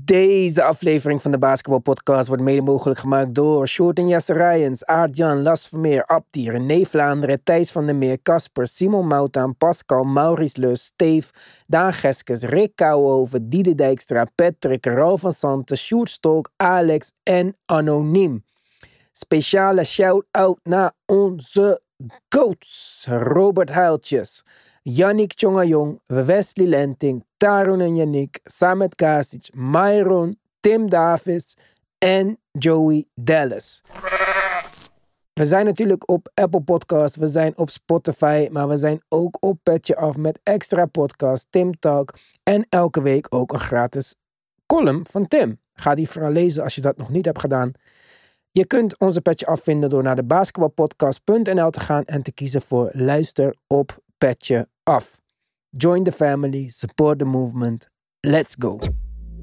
Deze aflevering van de Basketbalpodcast wordt mede mogelijk gemaakt door Sjoerd en Jesse Rijens, Aart-Jan, Las Vermeer, Abdi, René Vlaanderen, Thijs van der Meer, Casper, Simon Moutaan, Pascal, Maurice Lus, Steve, Daan Geskes, Rick Kouwenhoven, Diede Dijkstra, Patrick, Ralf van Santen, Sjoerd Stolk, Alex en Anoniem. Speciale shout-out naar onze GOATs, Robert Huiltjes, Yannick Tjongajong, Wesley Lenting, Tarun en Yannick, Samet Kasic, Myron, Tim Davis en Joey Dallas. We zijn natuurlijk op Apple Podcasts, we zijn op Spotify, maar we zijn ook op Petje Af met extra podcasts, Tim Talk en elke week ook een gratis column van Tim. Ga die vooral lezen als je dat nog niet hebt gedaan. Je kunt onze Petje Af vinden door naar de basketbalpodcast.nl te gaan en te kiezen voor luister op Petje Af. Join the family, support the movement. Let's go. If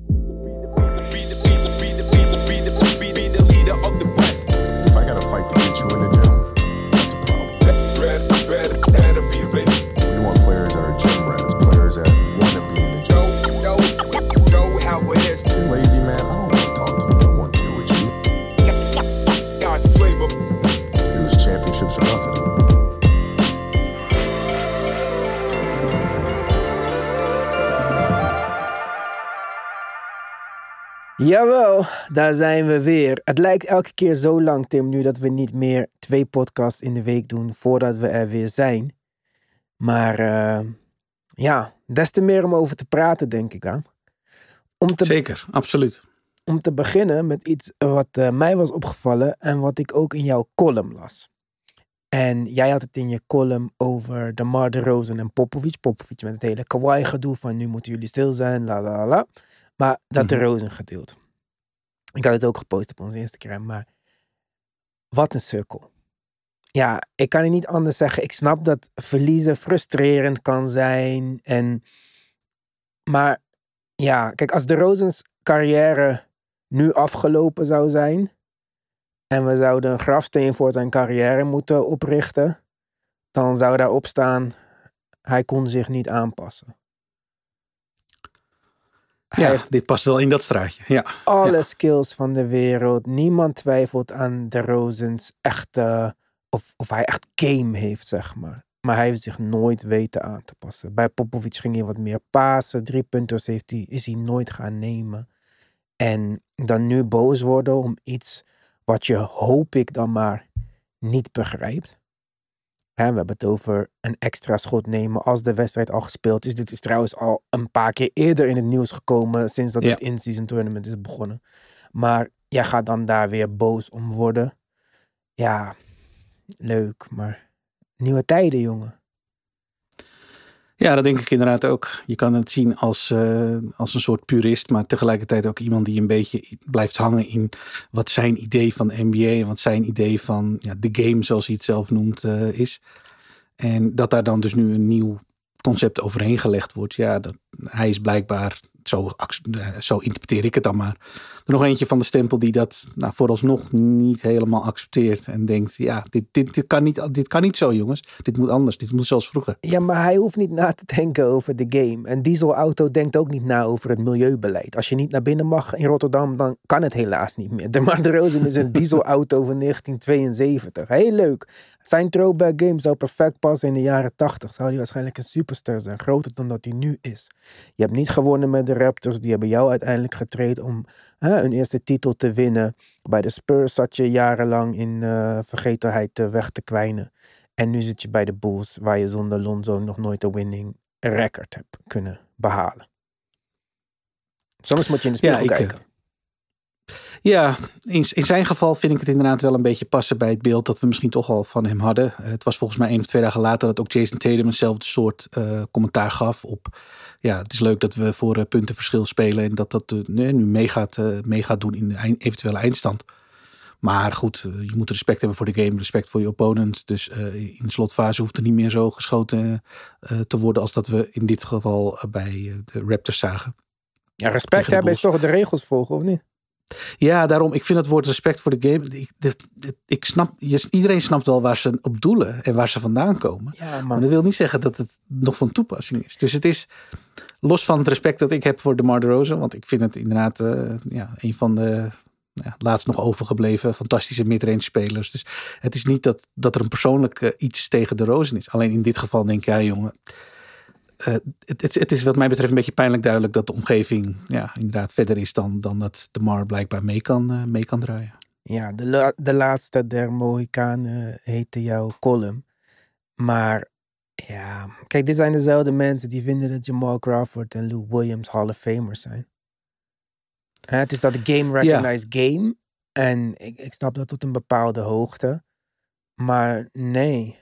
I gotta fight to get you in the gym, that's a problem. We want players that are gym rats, players that want to be in the gym. If you're lazy, man, I don't want to talk to you. I don't want to deal with you. It was championships or nothing. Jawel, daar zijn we weer. Het lijkt elke keer zo lang, Tim, nu dat we niet meer 2 podcasts in de week doen voordat we er weer zijn. Maar des te meer om over te praten, denk ik aan. Zeker, absoluut. Om te beginnen met iets wat mij was opgevallen en wat ik ook in jouw column las. En jij had het in je column over DeMar DeRozan en Popovic. Popovic met het hele Kawhi gedoe van nu moeten jullie stil zijn, la la la. Maar dat DeRozan gedeeld. Ik had het ook gepost op onze Instagram, maar wat een cirkel. Ja, ik kan het niet anders zeggen. Ik snap dat verliezen frustrerend kan zijn. Maar ja, kijk, als DeRozan's carrière nu afgelopen zou zijn en we zouden een grafsteen voor zijn carrière moeten oprichten, dan zou daarop staan, hij kon zich niet aanpassen. Dit past wel in dat straatje. Ja. Alle skills van de wereld. Niemand twijfelt aan DeRozan's echte, of hij echt game heeft, zeg maar. Maar hij heeft zich nooit weten aan te passen. Bij Popovic ging hij wat meer pasen. 3-punters is hij nooit gaan nemen. En dan nu boos worden om iets wat je, hoop ik dan maar, niet begrijpt. We hebben het over een extra schot nemen als de wedstrijd al gespeeld is. Dit is trouwens al een paar keer eerder in het nieuws gekomen sinds dat het in-season tournament is begonnen. Maar jij gaat dan daar weer boos om worden. Ja, leuk, maar nieuwe tijden, jongen. Ja, dat denk ik inderdaad ook. Je kan het zien als een soort purist, maar tegelijkertijd ook iemand die een beetje blijft hangen in wat zijn idee van de NBA en wat zijn idee van de game, zoals hij het zelf noemt, is. En dat daar dan dus nu een nieuw concept overheen gelegd wordt. Ja, hij is blijkbaar, zo interpreteer ik het dan maar, er nog eentje van de stempel die dat vooralsnog niet helemaal accepteert. En denkt, dit kan niet zo, jongens. Dit moet anders. Dit moet zoals vroeger. Ja, maar hij hoeft niet na te denken over de game. Een dieselauto denkt ook niet na over het milieubeleid. Als je niet naar binnen mag in Rotterdam, dan kan het helaas niet meer. DeMar DeRozan is een dieselauto van 1972. Heel leuk. Zijn throwback game zou perfect passen in de jaren 80. Zou hij waarschijnlijk een superster zijn. Groter dan dat hij nu is. Je hebt niet gewonnen met de Raptors. Die hebben jou uiteindelijk getraind om een eerste titel te winnen. Bij de Spurs zat je jarenlang in vergetelheid weg te kwijnen. En nu zit je bij de Bulls, waar je zonder Lonzo nog nooit een winning record hebt kunnen behalen. Soms moet je in de spiegel kijken. Ja, in zijn geval vind ik het inderdaad wel een beetje passen bij het beeld dat we misschien toch al van hem hadden. Het was volgens mij 1 of 2 dagen later dat ook Jason Tatum eenzelfde soort commentaar gaf op. Ja, het is leuk dat we voor puntenverschil spelen en dat nu mee gaat doen in de eventuele eindstand. Maar goed, je moet respect hebben voor de game, respect voor je opponent. Dus in de slotfase hoeft er niet meer zo geschoten te worden als dat we in dit geval bij de Raptors zagen. Ja, respect hebben is toch de regels volgen, of niet? Ja, daarom, ik vind het woord respect voor de game. Ik snap, iedereen snapt wel waar ze op doelen en waar ze vandaan komen. Ja, Maar dat wil niet zeggen dat het nog van toepassing is. Dus het is los van het respect dat ik heb voor DeMar DeRozan. Want ik vind het inderdaad een van de laatst nog overgebleven fantastische midrange spelers. Dus het is niet dat er een persoonlijk iets tegen DeRozan is. Alleen in dit geval denk ik, ja jongen. Het is wat mij betreft een beetje pijnlijk duidelijk dat de omgeving inderdaad verder is dan dat DeMar blijkbaar mee kan draaien. Ja, de laatste der Mohikanen heette jouw column. Maar ja, kijk, dit zijn dezelfde mensen die vinden dat Jamal Crawford en Lou Williams Hall of Famers zijn. Het is dat de game recognized game. En ik snap dat tot een bepaalde hoogte. Maar nee.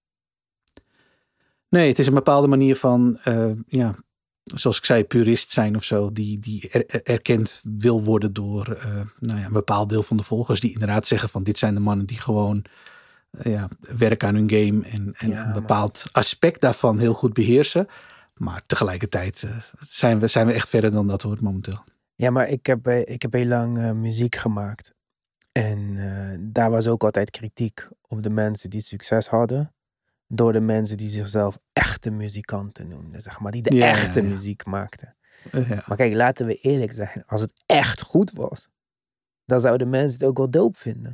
Nee, het is een bepaalde manier van, zoals ik zei, purist zijn of zo. Die erkend wil worden door een bepaald deel van de volgers. Die inderdaad zeggen van dit zijn de mannen die gewoon werken aan hun game. En een bepaald aspect daarvan heel goed beheersen. Maar tegelijkertijd zijn we echt verder dan dat hoort momenteel. Ja, maar ik heb heel lang muziek gemaakt. En daar was ook altijd kritiek op de mensen die succes hadden. Door de mensen die zichzelf echte muzikanten noemden, zeg maar. Die de echte muziek maakten. Ja. Maar kijk, laten we eerlijk zijn. Als het echt goed was, dan zouden mensen het ook wel dope vinden.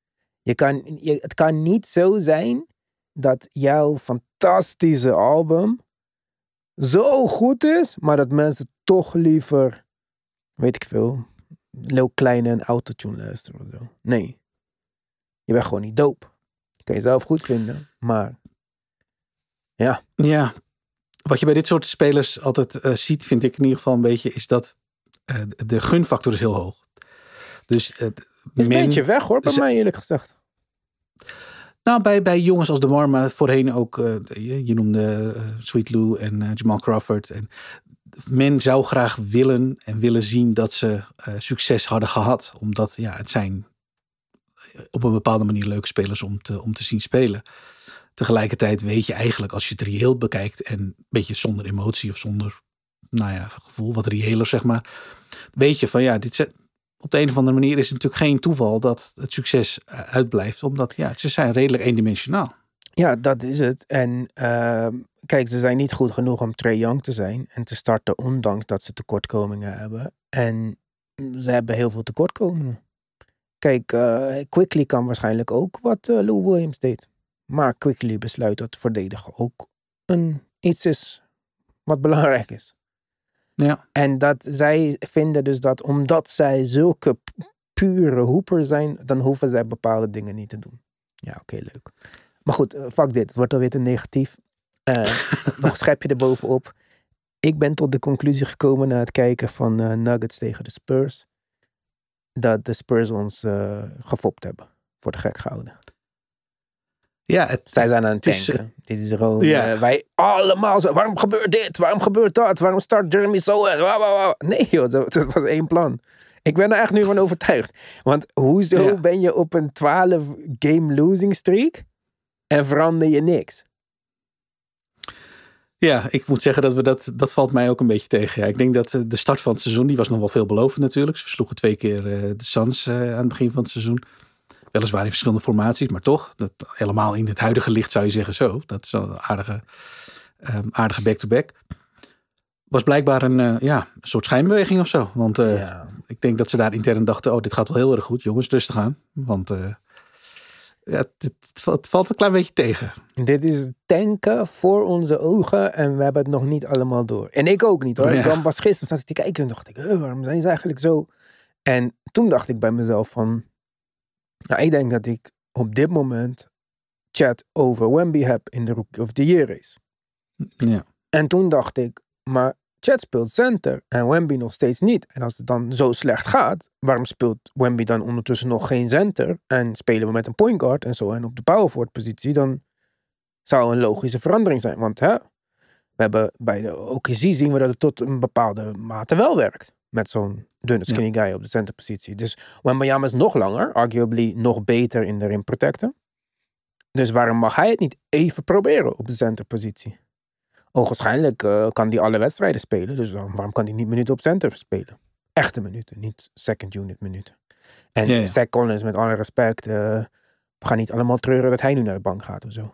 Het kan niet zo zijn dat jouw fantastische album zo goed is, maar dat mensen toch liever, weet ik veel, Lil Kleine en Autotune luisteren of zo. Nee. Je bent gewoon niet dope. Je kan jezelf goed vinden, maar ja. Ja, wat je bij dit soort spelers altijd ziet, vind ik in ieder geval een beetje, is dat de gunfactor is heel hoog. Dus is een beetje weg hoor, bij mij eerlijk gezegd. Nou, bij jongens als DeMar, maar voorheen ook, je noemde Sweet Lou en Jamal Crawford. En men zou graag willen zien dat ze succes hadden gehad. Omdat het zijn op een bepaalde manier leuke spelers om te zien spelen. Tegelijkertijd weet je eigenlijk, als je het reëel bekijkt en een beetje zonder emotie of zonder gevoel, wat reëler zeg maar, weet je van op de een of andere manier is het natuurlijk geen toeval dat het succes uitblijft, omdat ze zijn redelijk eendimensionaal. Ja, dat is het. En kijk, ze zijn niet goed genoeg om Trae Young te zijn en te starten, ondanks dat ze tekortkomingen hebben. En ze hebben heel veel tekortkomingen. Kijk, Quickley kan waarschijnlijk ook wat Lou Williams deed. Maar Quickley besluit dat verdedigen ook iets is wat belangrijk is. Ja. En dat zij vinden dus dat omdat zij zulke pure hoeper zijn, dan hoeven zij bepaalde dingen niet te doen. Ja, oké, leuk. Maar goed, fuck dit. Het wordt alweer te negatief. Nog een schepje erbovenop. Ik ben tot de conclusie gekomen na het kijken van Nuggets tegen de Spurs, dat de Spurs ons gefopt hebben. Voor de gek gehouden. Ja, zij zijn aan het tanken. Dit is gewoon, wij allemaal zo, waarom gebeurt dit? Waarom gebeurt dat? Waarom start Jeremy zo? Nee joh, dat was één plan. Ik ben er echt nu van overtuigd. Want hoezo ben je op een 12 game losing streak en verander je niks? Ja, ik moet zeggen dat valt mij ook een beetje tegen. Ja, ik denk dat de start van het seizoen, die was nog wel veelbelovend natuurlijk. Ze versloegen 2 keer de Suns aan het begin van het seizoen. Weliswaar in verschillende formaties, maar toch. Dat, helemaal in het huidige licht zou je zeggen zo. Dat is een aardige back-to-back. Was blijkbaar een soort schijnbeweging of zo. Want ik denk dat ze daar intern dachten, dit gaat wel heel erg goed. Jongens, rustig aan. Want het valt een klein beetje tegen. Dit is tanken voor onze ogen en we hebben het nog niet allemaal door. En ik ook niet hoor. Ik kwam pas gisteren zat te kijken en dacht ik, waarom zijn ze eigenlijk zo? En toen dacht ik bij mezelf van, ik denk dat ik op dit moment chat over Wemby heb in de Rookie of the Year race. Ja. En toen dacht ik, maar Chet speelt center en Wemby nog steeds niet. En als het dan zo slecht gaat, waarom speelt Wemby dan ondertussen nog geen center? En spelen we met een point guard en zo en op de power forward positie, dan zou een logische verandering zijn. Want we hebben bij de OKC zien we dat het tot een bepaalde mate wel werkt. Met zo'n dunne skinny guy op de centerpositie. Dus Wembanyama is nog langer, arguably nog beter in de rim protecten. Dus waarom mag hij het niet even proberen op de centerpositie? Ogenschijnlijk kan hij alle wedstrijden spelen. Dus waarom kan hij niet minuten op center spelen? echte minuten, niet second unit minuten. En Zach Collins, met alle respect, we gaan niet allemaal treuren dat hij nu naar de bank gaat of zo.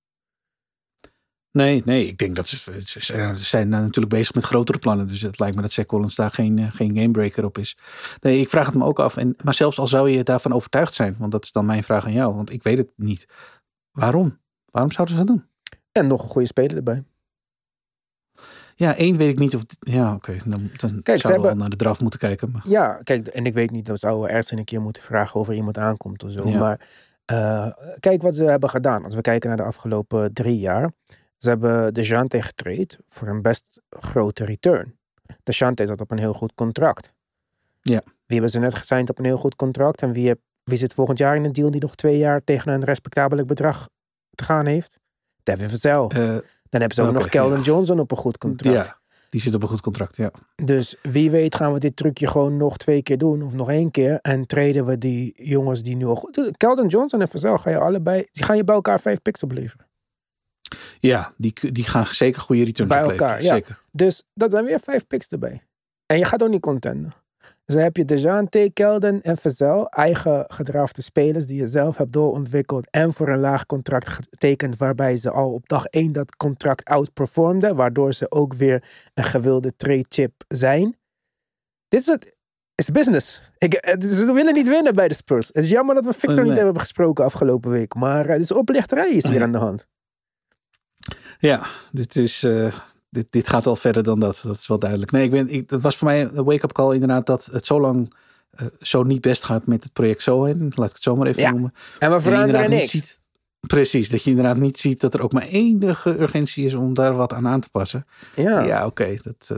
Nee, ik denk dat ze zijn natuurlijk bezig met grotere plannen. Dus het lijkt me dat Zach Collins daar geen gamebreaker op is. Nee, ik vraag het me ook af. Maar zelfs al zou je daarvan overtuigd zijn, want dat is dan mijn vraag aan jou, want ik weet het niet. Waarom? Waarom zouden ze dat doen? En nog een goede speler erbij. Ja, één weet ik niet of... Ja, oké. Dan zouden we wel naar de draf moeten kijken. Maar. Ja, kijk, en ik weet niet, dat zouden we ergens een keer moeten vragen of er iemand aankomt of zo. Ja. Maar kijk wat ze hebben gedaan. Als we kijken naar de afgelopen 3 jaar. Ze hebben DeJounte getraind voor een best grote return. DeJounte zat op een heel goed contract. Ja. Wie hebben ze net gesigned op een heel goed contract? En wie zit volgend jaar in een deal die nog 2 jaar tegen een respectabel bedrag te gaan heeft? Devin Vassell. Dan hebben ze ook nog Keldon Johnson op een goed contract. Ja, die zit op een goed contract, ja. Dus wie weet gaan we dit trucje gewoon nog 2 keer doen. Of nog 1 keer. En traden we die jongens die nu al goed... Keldon Johnson en Vassell gaan je bij elkaar 5 picks opleveren. Ja, die gaan zeker goede returns bij elkaar, ja. Zeker. Dus dat zijn weer 5 picks erbij. En je gaat ook niet contenden. Dus dan heb je DeJounte, Keldon en Vassell, eigen gedrafte spelers die je zelf hebt doorontwikkeld en voor een laag contract getekend, waarbij ze al op dag 1 dat contract outperformden, waardoor ze ook weer een gewilde trade chip zijn. Dit is het. Is business. Ze willen niet winnen bij de Spurs. Het is jammer dat we Victor niet hebben gesproken afgelopen week, maar het is oplichterij is hier aan de hand. Ja, dit gaat al verder dan dat. Dat is wel duidelijk. Nee, dat was voor mij een wake-up call inderdaad dat het zo lang zo niet best gaat met het project Sohan. Laat ik het zo maar even noemen. En we veranderen niks. Ziet, precies, dat je inderdaad niet ziet dat er ook maar enige urgentie is om daar wat aan te passen. Ja, oké.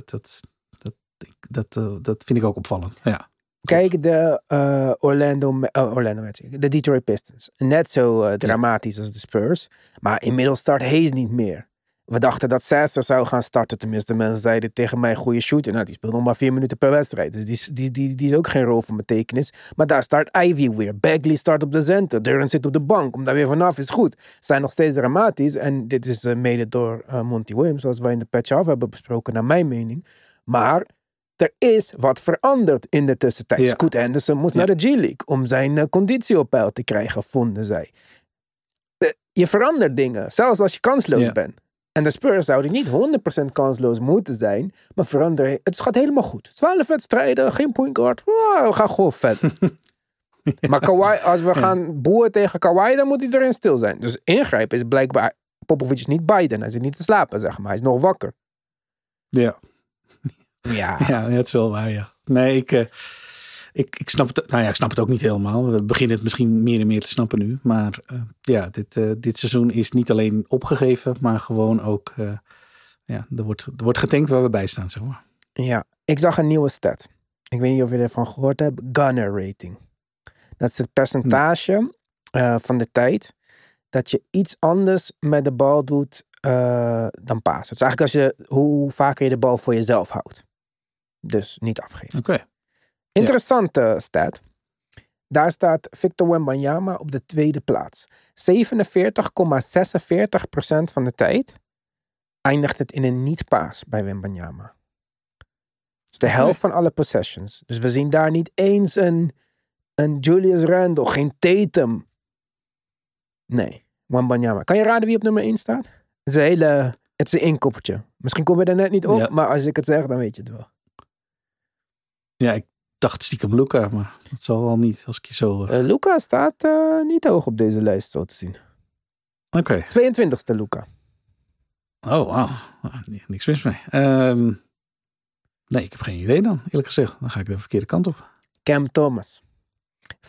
Dat vind ik ook opvallend. Ja. Kijk, de de Detroit Pistons. Net zo dramatisch als de Spurs. Maar inmiddels start Hayes niet meer. We dachten dat Sasser zou gaan starten. Tenminste, mensen zeiden tegen mij goede shooter. Nou, die speelt nog maar 4 minuten per wedstrijd. Dus die is ook geen rol van betekenis. Maar daar start Ivy weer. Bagley start op de center. Durant zit op de bank. Om daar weer vanaf is goed. Ze zijn nog steeds dramatisch. En dit is mede door Monty Williams. Zoals wij in de patch-off hebben besproken, naar mijn mening. Maar er is wat veranderd in de tussentijd. Ja. Scoot Henderson moest naar de G-League om zijn conditie op peil te krijgen, vonden zij. Je verandert dingen, zelfs als je kansloos bent. En de Spurs zouden niet 100% kansloos moeten zijn, maar veranderen. Het gaat helemaal goed. 12 wedstrijden, geen point guard. We gaan gewoon vet. Maar Kawhi, als we gaan boeren tegen Kawhi, dan moet hij erin stil zijn. Dus ingrijpen is blijkbaar... Popovich is niet Biden. Hij zit niet te slapen, zeg maar. Hij is nog wakker. Ja. Ja, dat is wel waar, ja. Nee, ik snap het. Nou ja, ik snap het ook niet helemaal. We beginnen het misschien meer en meer te snappen nu. Maar dit seizoen is niet alleen opgegeven, maar gewoon ook... er wordt getankt waar we bij staan, zeg maar. Ja, ik zag een nieuwe stat. Ik weet niet of je ervan gehoord hebt. Gunner rating. Dat is het percentage van de tijd dat je iets anders met de bal doet dan passen. Dus eigenlijk hoe vaker je de bal voor jezelf houdt. Dus niet afgeeft. Okay. Interessante stat. Daar staat Victor Wembanyama op de 2e plaats. 47,46% van de tijd eindigt het in een niet-paas bij Wembanyama. Dus de helft van alle possessions. Dus we zien daar niet eens een Julius Randle, geen Tatum. Nee, Wembanyama. Kan je raden wie op nummer 1 staat? Het is een inkoppertje. Misschien kom je er net niet op, maar als ik het zeg, dan weet je het wel. Ja, ik dacht stiekem Luka, maar dat zal wel niet als ik je zo... Luka staat niet hoog op deze lijst, zo te zien. Oké. 22e Luka. Oh, wauw. Niks mis mee. Nee, ik heb geen idee dan, eerlijk gezegd. Dan ga ik de verkeerde kant op. Cam Thomas. 50,42%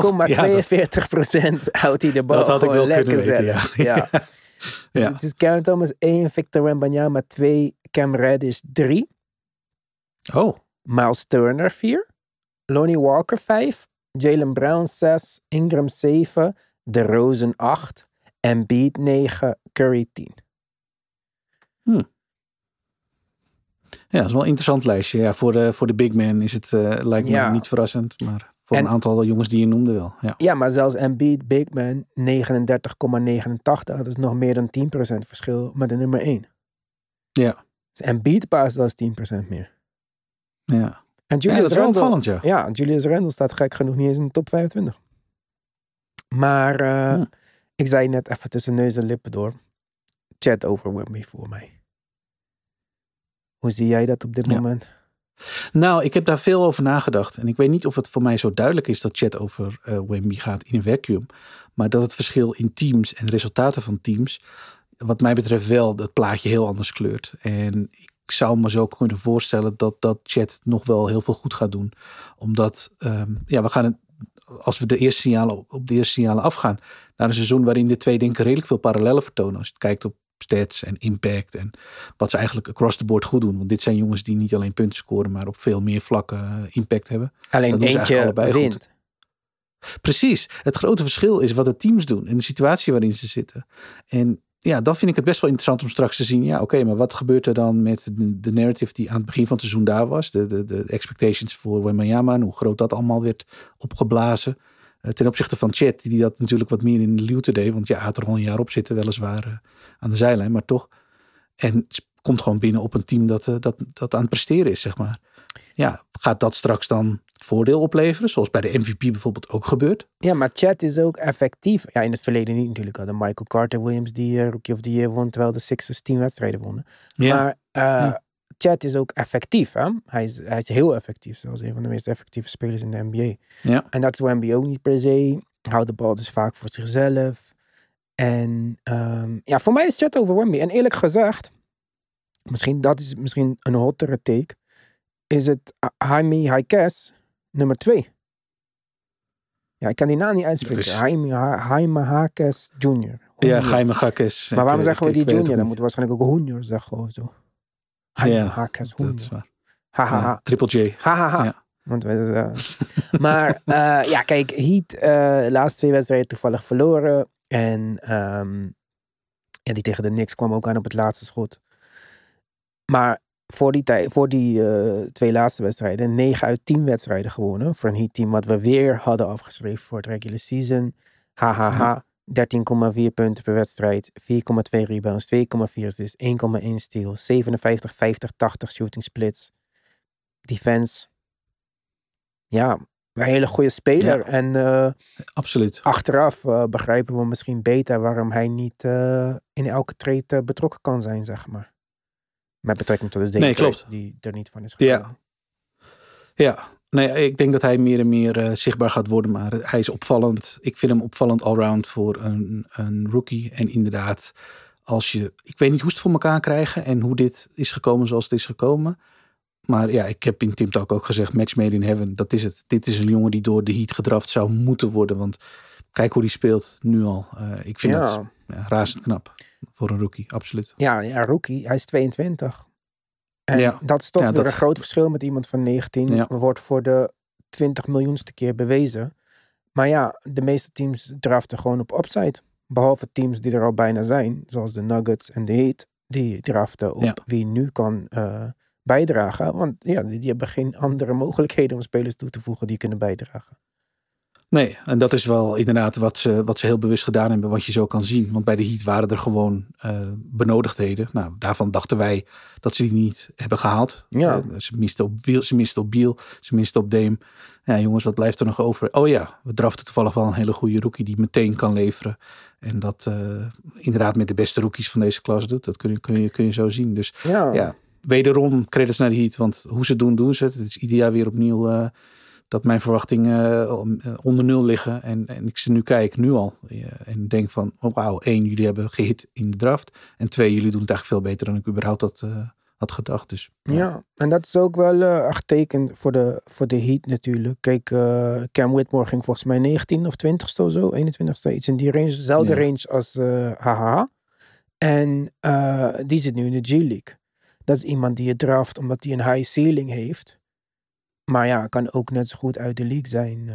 houdt hij de bal dat had gewoon ik wel lekker weten, zetten. Ja. Dus het is Cam Thomas 1, Victor Wembanyama 2, Cam Reddish 3. Oh. Miles Turner 4. Lonnie Walker 5. Jaylen Brown 6. Ingram 7. DeRozan 8. Embiid 9. Curry 10. Ja, dat is wel een interessant lijstje. Ja, voor de big man is het lijkt me niet verrassend. Maar voor een aantal jongens die je noemde wel. Ja, maar zelfs Embiid big man 39,89. Dat is nog meer dan 10% verschil met de nummer 1. Ja. Dus Embiid paast zelfs 10% meer. Ja. En Ja, dat is wel opvallend, ja. Ja, Julius Randle staat gek genoeg niet eens in de top 25. Maar ik zei net even tussen neus en lippen door. Chat over Wemby voor mij. Hoe zie jij dat op dit moment? Nou, ik heb daar veel over nagedacht. En ik weet niet of het voor mij zo duidelijk is dat chat over Wemby gaat in een vacuüm. Maar dat het verschil in teams en resultaten van teams, wat mij betreft wel dat plaatje heel anders kleurt. En ik zou me zo kunnen voorstellen dat chat nog wel heel veel goed gaat doen. Omdat, we gaan het, als we op de eerste signalen afgaan, naar een seizoen waarin de twee denk ik redelijk veel parallellen vertonen. Als je kijkt op stats en impact en wat ze eigenlijk across the board goed doen. Want dit zijn jongens die niet alleen punten scoren, maar op veel meer vlakken impact hebben. Alleen eentje wint. Goed. Precies. Het grote verschil is wat de teams doen en de situatie waarin ze zitten. En ja, dan vind ik het best wel interessant om straks te zien. Ja, oké, maar wat gebeurt er dan met de narrative die aan het begin van het seizoen daar was? De expectations voor Wembanyama en hoe groot dat allemaal werd opgeblazen. Ten opzichte van Chet, die dat natuurlijk wat meer in de luwte deed. Want ja, hij had er al een jaar op zitten, weliswaar aan de zijlijn, maar toch. En komt gewoon binnen op een team dat aan het presteren is, zeg maar. Ja, gaat dat straks dan voordeel opleveren? Zoals bij de MVP bijvoorbeeld ook gebeurt. Ja, maar Chet is ook effectief. Ja, in het verleden niet natuurlijk. Hadden Michael Carter Williams die Rookie of the Year won, terwijl de Sixers 10 wedstrijden wonnen. Ja. Maar Chet is ook effectief. Hè? Hij is heel effectief. Zelfs een van de meest effectieve spelers in de NBA. Ja. En dat is Wemby ook niet per se. Houdt de bal dus vaak voor zichzelf. En voor mij is Chet over Wemby. En eerlijk gezegd, dat is misschien een hottere take, is het Jaime Jaquez nummer 2. Ja, ik kan die naam niet uitspreken. Jaime Jaquez Jr. Ja, Jaime Jaquez. Maar waarom zeggen we die Junior? Dan moeten we waarschijnlijk ook Junior zeggen of zo. Jaime Jaquez Jr. Dat is waar. Hahaha. Triple J. Hahaha. Ja. Want maar kijk, Heat laatste 2 wedstrijden toevallig verloren. En die tegen de Knicks kwam ook aan op het laatste schot. Maar voor die 2 laatste wedstrijden, 9 uit 10 wedstrijden gewonnen. Voor een Heat team wat we weer hadden afgeschreven voor het regular season. Hahaha. 13,4 punten per wedstrijd, 4,2 rebounds, 2,4 assists, 1,1 steal, 57, 50, 80 shooting splits. Defense. Ja, een hele goede speler. Ja, en absoluut. Achteraf begrijpen we misschien beter waarom hij niet in elke trade betrokken kan zijn, zeg maar. Met betrekking tot de klopt. Die er niet van is gekomen. Ja. Nee, ik denk dat hij meer en meer zichtbaar gaat worden. Maar hij is opvallend. Ik vind hem opvallend allround voor een rookie. En inderdaad, ik weet niet hoe ze het voor elkaar krijgen. En hoe dit is gekomen zoals het is gekomen. Maar ja, ik heb in Team Talk ook gezegd, match made in heaven. Dat is het. Dit is een jongen die door de Heat gedraft zou moeten worden. Want kijk hoe die speelt nu al. Ik vind dat razend knap. Voor een rookie, absoluut. Ja, rookie. Hij is 22. En dat is toch weer een groot verschil met iemand van 19. Ja. Wordt voor de 20 miljoenste keer bewezen. Maar ja, de meeste teams draften gewoon op upside. Behalve teams die er al bijna zijn. Zoals de Nuggets en de Heat. Die draften op wie nu kan bijdragen. Want ja, die hebben geen andere mogelijkheden om spelers toe te voegen die kunnen bijdragen. Nee, en dat is wel inderdaad wat ze heel bewust gedaan hebben, wat je zo kan zien. Want bij de Heat waren er gewoon benodigdheden. Nou, daarvan dachten wij dat ze die niet hebben gehaald. Ja. Ze misten op Beal, ze misten op Dame. Ja, jongens, wat blijft er nog over? Oh ja, we draften toevallig wel een hele goede rookie die meteen kan leveren. En dat inderdaad met de beste rookies van deze klas doet. Dat kun je zo zien. Dus ja, wederom credits naar de Heat. Want hoe ze doen ze het. Het is ieder jaar weer opnieuw dat mijn verwachtingen onder nul liggen. En ik ze nu kijk, nu al. En denk van, oh, wauw, 1, jullie hebben gehit in de draft. En 2, jullie doen het eigenlijk veel beter dan ik überhaupt had gedacht. Dus, ja, en dat is ook wel echt teken voor de Heat natuurlijk. Kijk, Cam Whitmore ging volgens mij 19 of 20ste of zo. 21ste, iets in die range. Dezelfde range als Haha. En die zit nu in de G-League. Dat is iemand die je draft omdat hij een high ceiling heeft. Maar ja, kan ook net zo goed uit de league zijn.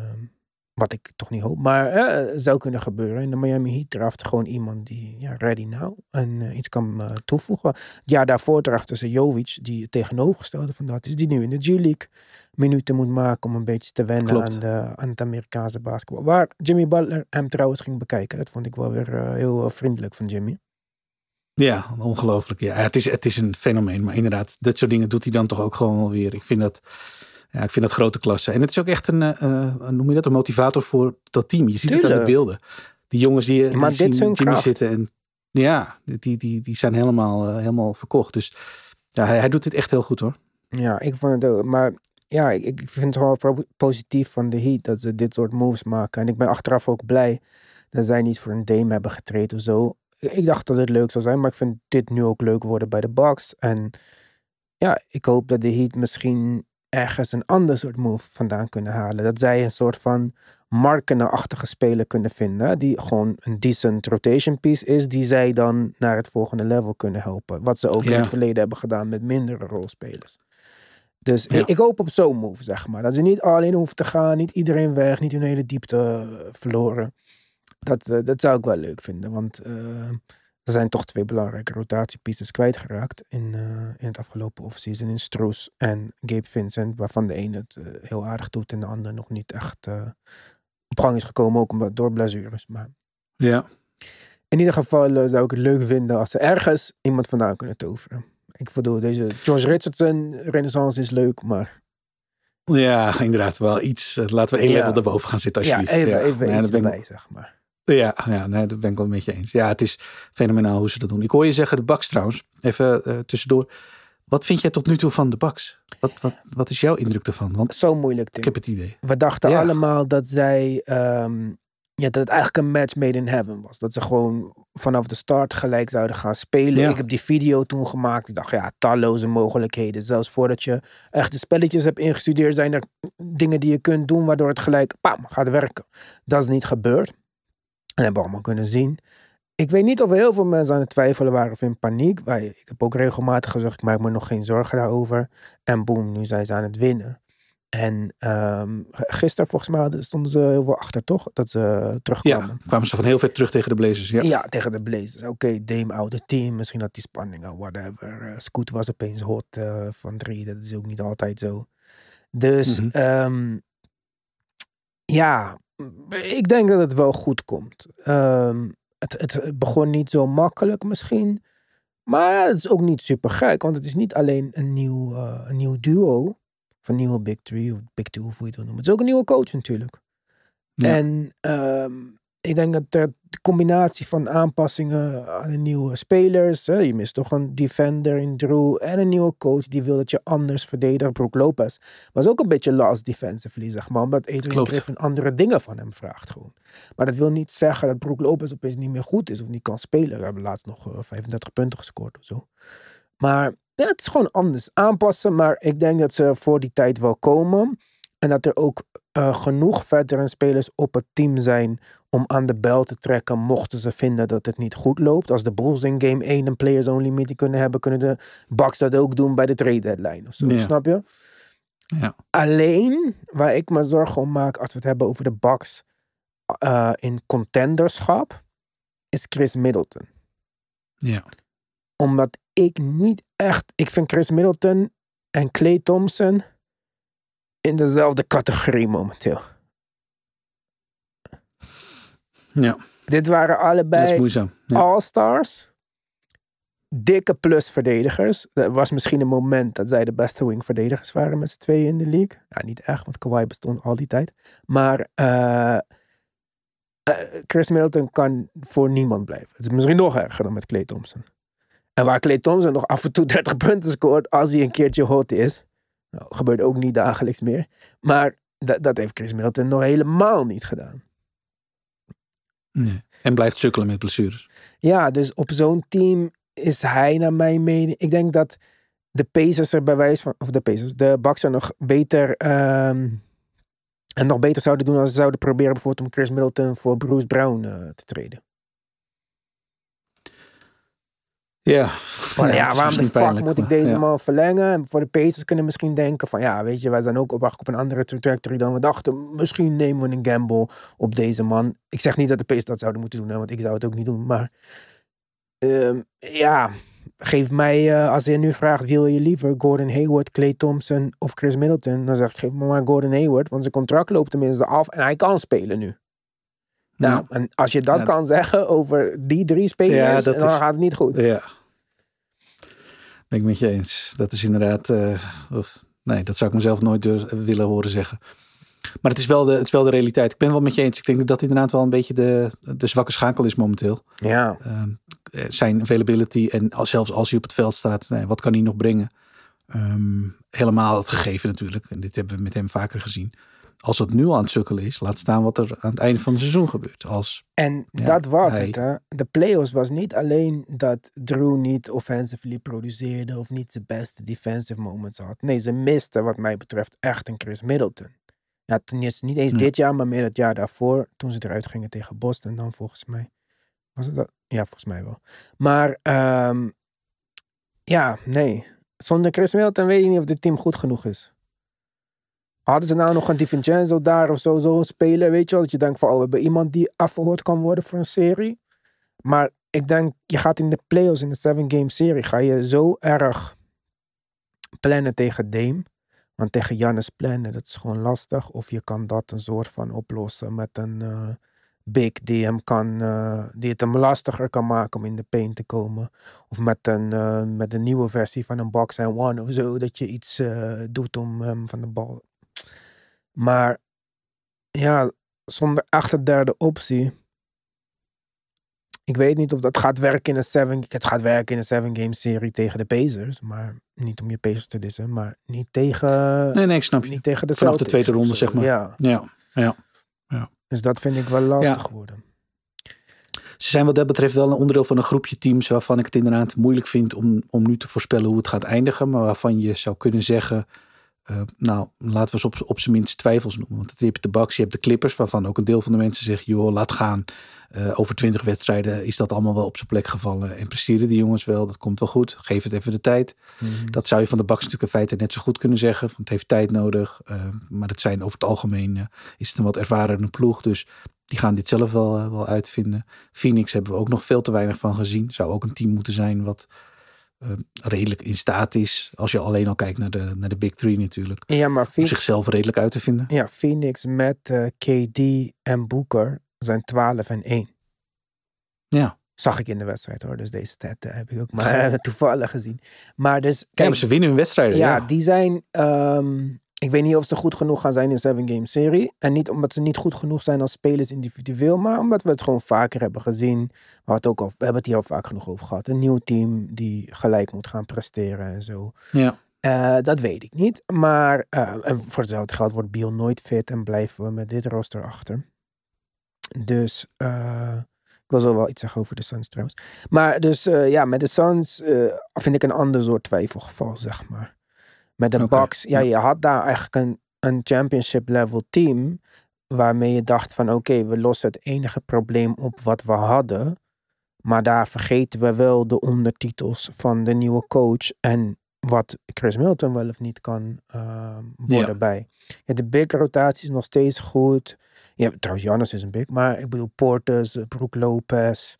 Wat ik toch niet hoop. Maar zou kunnen gebeuren. En de Miami Heat draft gewoon iemand die ready now. En iets kan toevoegen. Ja, daarvoor draften ze Jovic. Die het tegenovergestelde van dat is. Die nu in de G-League minuten moet maken. Om een beetje te wennen aan het Amerikaanse basketbal. Waar Jimmy Butler hem trouwens ging bekijken. Dat vond ik wel weer heel vriendelijk van Jimmy. Ja, ongelooflijk. Ja, het is een fenomeen. Maar inderdaad, dat soort dingen doet hij dan toch ook gewoon wel weer. Ik vind dat grote klasse. En het is ook echt noem je dat, een motivator voor dat team. Je ziet het aan de beelden. Die jongens die maar zien dit zijn Jimmy kracht. zitten. En ja, die zijn helemaal verkocht. Dus ja, hij doet dit echt heel goed hoor. Ja, ik vond het ook. Maar ja, ik vind het wel positief van de Heat dat ze dit soort moves maken. En ik ben achteraf ook blij dat zij niet voor een Dame hebben getraind of zo. Ik dacht dat het leuk zou zijn, maar ik vind dit nu ook leuk worden bij de Bucks. En ja, ik hoop dat de Heat misschien ergens een ander soort move vandaan kunnen halen. Dat zij een soort van Markkanen-achtige speler kunnen vinden. Die gewoon een decent rotation piece is. Die zij dan naar het volgende level kunnen helpen. Wat ze ook in het verleden hebben gedaan met mindere rolspelers. Dus ik hoop op zo'n move, zeg maar. Dat ze niet alleen hoeven te gaan. Niet iedereen weg. Niet hun hele diepte verloren. Dat zou ik wel leuk vinden. Want er zijn toch 2 belangrijke rotatiepieces kwijtgeraakt in het afgelopen offseason. In Strus en Gabe Vincent. Waarvan de ene het heel aardig doet en de ander nog niet echt op gang is gekomen. Ook door blessures. Maar ja. in ieder geval zou ik het leuk vinden als ze ergens iemand vandaan kunnen toveren. Ik bedoel, deze Josh Richardson renaissance is leuk, maar... Ja, inderdaad wel iets. Laten we 1 level erboven gaan zitten alsjeblieft. Ja, even iets erbij, zeg maar. Ja, nee, dat ben ik wel met je eens. Ja, het is fenomenaal hoe ze dat doen. Ik hoor je zeggen de Bucks trouwens. Even tussendoor. Wat vind jij tot nu toe van de Bucks? Wat is jouw indruk ervan? Want zo moeilijk, Tim. Ik heb het idee. We dachten allemaal dat zij... dat het eigenlijk een match made in heaven was. Dat ze gewoon vanaf de start gelijk zouden gaan spelen. Ja. Ik heb die video toen gemaakt. Ik dacht, talloze mogelijkheden. Zelfs voordat je echt de spelletjes hebt ingestudeerd... zijn er dingen die je kunt doen... waardoor het gelijk, gaat werken. Dat is niet gebeurd. En hebben we allemaal kunnen zien. Ik weet niet of heel veel mensen aan het twijfelen waren of in paniek. Ik heb ook regelmatig gezegd, ik maak me nog geen zorgen daarover. En boem, nu zijn ze aan het winnen. En gisteren volgens mij stonden ze heel veel achter, toch? Dat ze terugkwamen. Ja, kwamen ze van heel ver terug tegen de Blazers. Ja, tegen de Blazers. Oké, Dame oude team. Misschien had die spanning, whatever. Scoot was opeens hot van 3. Dat is ook niet altijd zo. Dus ik denk dat het wel goed komt. Het begon niet zo makkelijk misschien. Maar het is ook niet super gek. Want het is niet alleen een nieuw duo. Of een nieuwe Big 3 of Big 2, of hoe je het wil noemen. Het is ook een nieuwe coach natuurlijk. Ja. En ik denk dat de combinatie van aanpassingen aan de nieuwe spelers. Je mist toch een defender in Drew. En een nieuwe coach die wil dat je anders verdedigt. Brook Lopez was ook een beetje last defensively, zeg maar. Omdat Adrian Griffin andere dingen van hem vraagt gewoon. Maar dat wil niet zeggen dat Brook Lopez opeens niet meer goed is. Of niet kan spelen. We hebben laatst nog 35 punten gescoord of zo. Maar ja, het is gewoon anders aanpassen. Maar ik denk dat ze voor die tijd wel komen. En dat er ook genoeg veteran spelers op het team zijn om aan de bel te trekken mochten ze vinden dat het niet goed loopt. Als de Bulls in game 1 een players only meeting kunnen hebben, kunnen de Bucks dat ook doen bij de trade deadline of zo. Ja. Snap je? Ja. Alleen waar ik me zorgen om maak als we het hebben over de Bucks in contenderschap is Chris Middleton. Ja. Omdat ik vind Chris Middleton en Klay Thompson in dezelfde categorie momenteel. Ja. Dit waren allebei all-stars. Dikke plus verdedigers. Dat was misschien een moment dat zij de beste wing verdedigers waren met z'n tweeën in de league. Ja, niet echt, want Kawhi bestond al die tijd. Maar Chris Middleton kan voor niemand blijven. Het is misschien nog erger dan met Klay Thompson. En waar Klay Thompson nog af en toe 30 punten scoort als hij een keertje hot is. Nou, gebeurt ook niet dagelijks meer. Maar dat heeft Chris Middleton nog helemaal niet gedaan. Nee. En blijft sukkelen met blessures. Ja, dus op zo'n team is hij naar mijn mening. Ik denk dat de Pacers er bij wijze van... Of de Bucks er nog beter... en nog beter zouden doen als ze zouden proberen bijvoorbeeld om Chris Middleton voor Bruce Brown te treden. Ja. Waarom de fuck moet ik deze man verlengen? En voor de Pacers kunnen misschien denken van... weet je, wij zijn ook op een andere trajectory dan we dachten. Misschien nemen we een gamble op deze man. Ik zeg niet dat de Pacers dat zouden moeten doen, want ik zou het ook niet doen. Maar geef mij... als je nu vraagt, wil je liever Gordon Hayward, Klay Thompson of Chris Middleton? Dan zeg ik, geef me maar Gordon Hayward, want zijn contract loopt tenminste af en hij kan spelen nu. Nou, en als je dat kan zeggen over die 3 spelers, dan gaat het niet goed. Ja. Ben ik met je eens. Dat is inderdaad... nee, dat zou ik mezelf nooit willen horen zeggen. Maar het is wel de realiteit. Ik ben het wel met je eens. Ik denk dat dat inderdaad wel een beetje de zwakke schakel is momenteel. Ja. Zijn availability en zelfs als hij op het veld staat, wat kan hij nog brengen? Helemaal het gegeven natuurlijk. En dit hebben we met hem vaker gezien. Als het nu al aan het sukkelen is, laat staan wat er aan het einde van het seizoen gebeurt. Dat was het. Hè? De playoffs was niet alleen dat Drew niet offensively produceerde of niet zijn beste defensive moments had. Nee, ze misten wat mij betreft echt een Chris Middleton. Ja, niet eens dit jaar, maar meer het jaar daarvoor. Toen ze eruit gingen tegen Boston dan volgens mij. Was het dat? Ja, volgens mij wel. Maar nee. Zonder Chris Middleton weet ik niet of dit team goed genoeg is. Hadden ze nou nog een DiVincenzo daar of zo'n speler, weet je wel? Dat je denkt van, we hebben iemand die afgehoord kan worden voor een serie. Maar ik denk, je gaat in de playoffs, in de 7-game serie, ga je zo erg plannen tegen Dame. Want tegen Giannis plannen, dat is gewoon lastig. Of je kan dat een soort van oplossen met een big die het hem lastiger kan maken om in de paint te komen. Of met een nieuwe versie van een box and one of zo. Dat je iets doet om hem van de bal. Maar ja, zonder echt derde optie. Ik weet niet of dat gaat werken Het gaat werken in een 7-game serie tegen de Pacers. Maar niet om je Pacers te dissen. Maar niet tegen... Nee, ik snap je. Niet tegen de Vanaf Celtics de tweede ronde, zeg maar. Ja. Dus dat vind ik wel lastig worden. Ze zijn wat dat betreft wel een onderdeel van een groepje teams waarvan ik het inderdaad moeilijk vind om nu te voorspellen hoe het gaat eindigen. Maar waarvan je zou kunnen zeggen, laten we ze op zijn minst twijfels noemen. Want je hebt de Bucks, je hebt de Clippers, waarvan ook een deel van de mensen zegt, joh, laat gaan. Over 20 wedstrijden is dat allemaal wel op zijn plek gevallen. En presteren die jongens wel, dat komt wel goed. Geef het even de tijd. Mm-hmm. Dat zou je van de Bucks natuurlijk in feite net zo goed kunnen zeggen. Want het heeft tijd nodig. Maar het zijn over het algemeen is het een wat ervarende ploeg. Dus die gaan dit zelf wel uitvinden. Phoenix hebben we ook nog veel te weinig van gezien. Zou ook een team moeten zijn wat redelijk in staat is. Als je alleen al kijkt naar de Big Three natuurlijk. Ja, maar om zichzelf redelijk uit te vinden. Ja, Phoenix met KD en Booker zijn 12-1. Ja. Zag ik in de wedstrijd hoor. Dus deze stat heb ik ook maar toevallig gezien. Maar dus... Kijk, maar ze winnen hun wedstrijden. Ja, die zijn... ik weet niet of ze goed genoeg gaan zijn in 7-game serie. En niet omdat ze niet goed genoeg zijn als spelers individueel. Maar omdat we het gewoon vaker hebben gezien. We hebben het hier al vaak genoeg over gehad. Een nieuw team die gelijk moet gaan presteren en zo. Ja. Dat weet ik niet. Maar en voor hetzelfde geld wordt Beal nooit fit. En blijven we met dit roster achter. Dus... ik wil zo wel iets zeggen over de Suns trouwens. Maar dus met de Suns vind ik een ander soort twijfelgeval, zeg maar. Met de Bucks, je had daar eigenlijk een championship level team waarmee je dacht van oké, we lossen het enige probleem op wat we hadden. Maar daar vergeten we wel de ondertitels van de nieuwe coach en wat Chris Middleton wel of niet kan worden bij. Ja, de big rotatie is nog steeds goed. Ja, trouwens, Giannis is een big, maar ik bedoel Portis, Brook Lopez.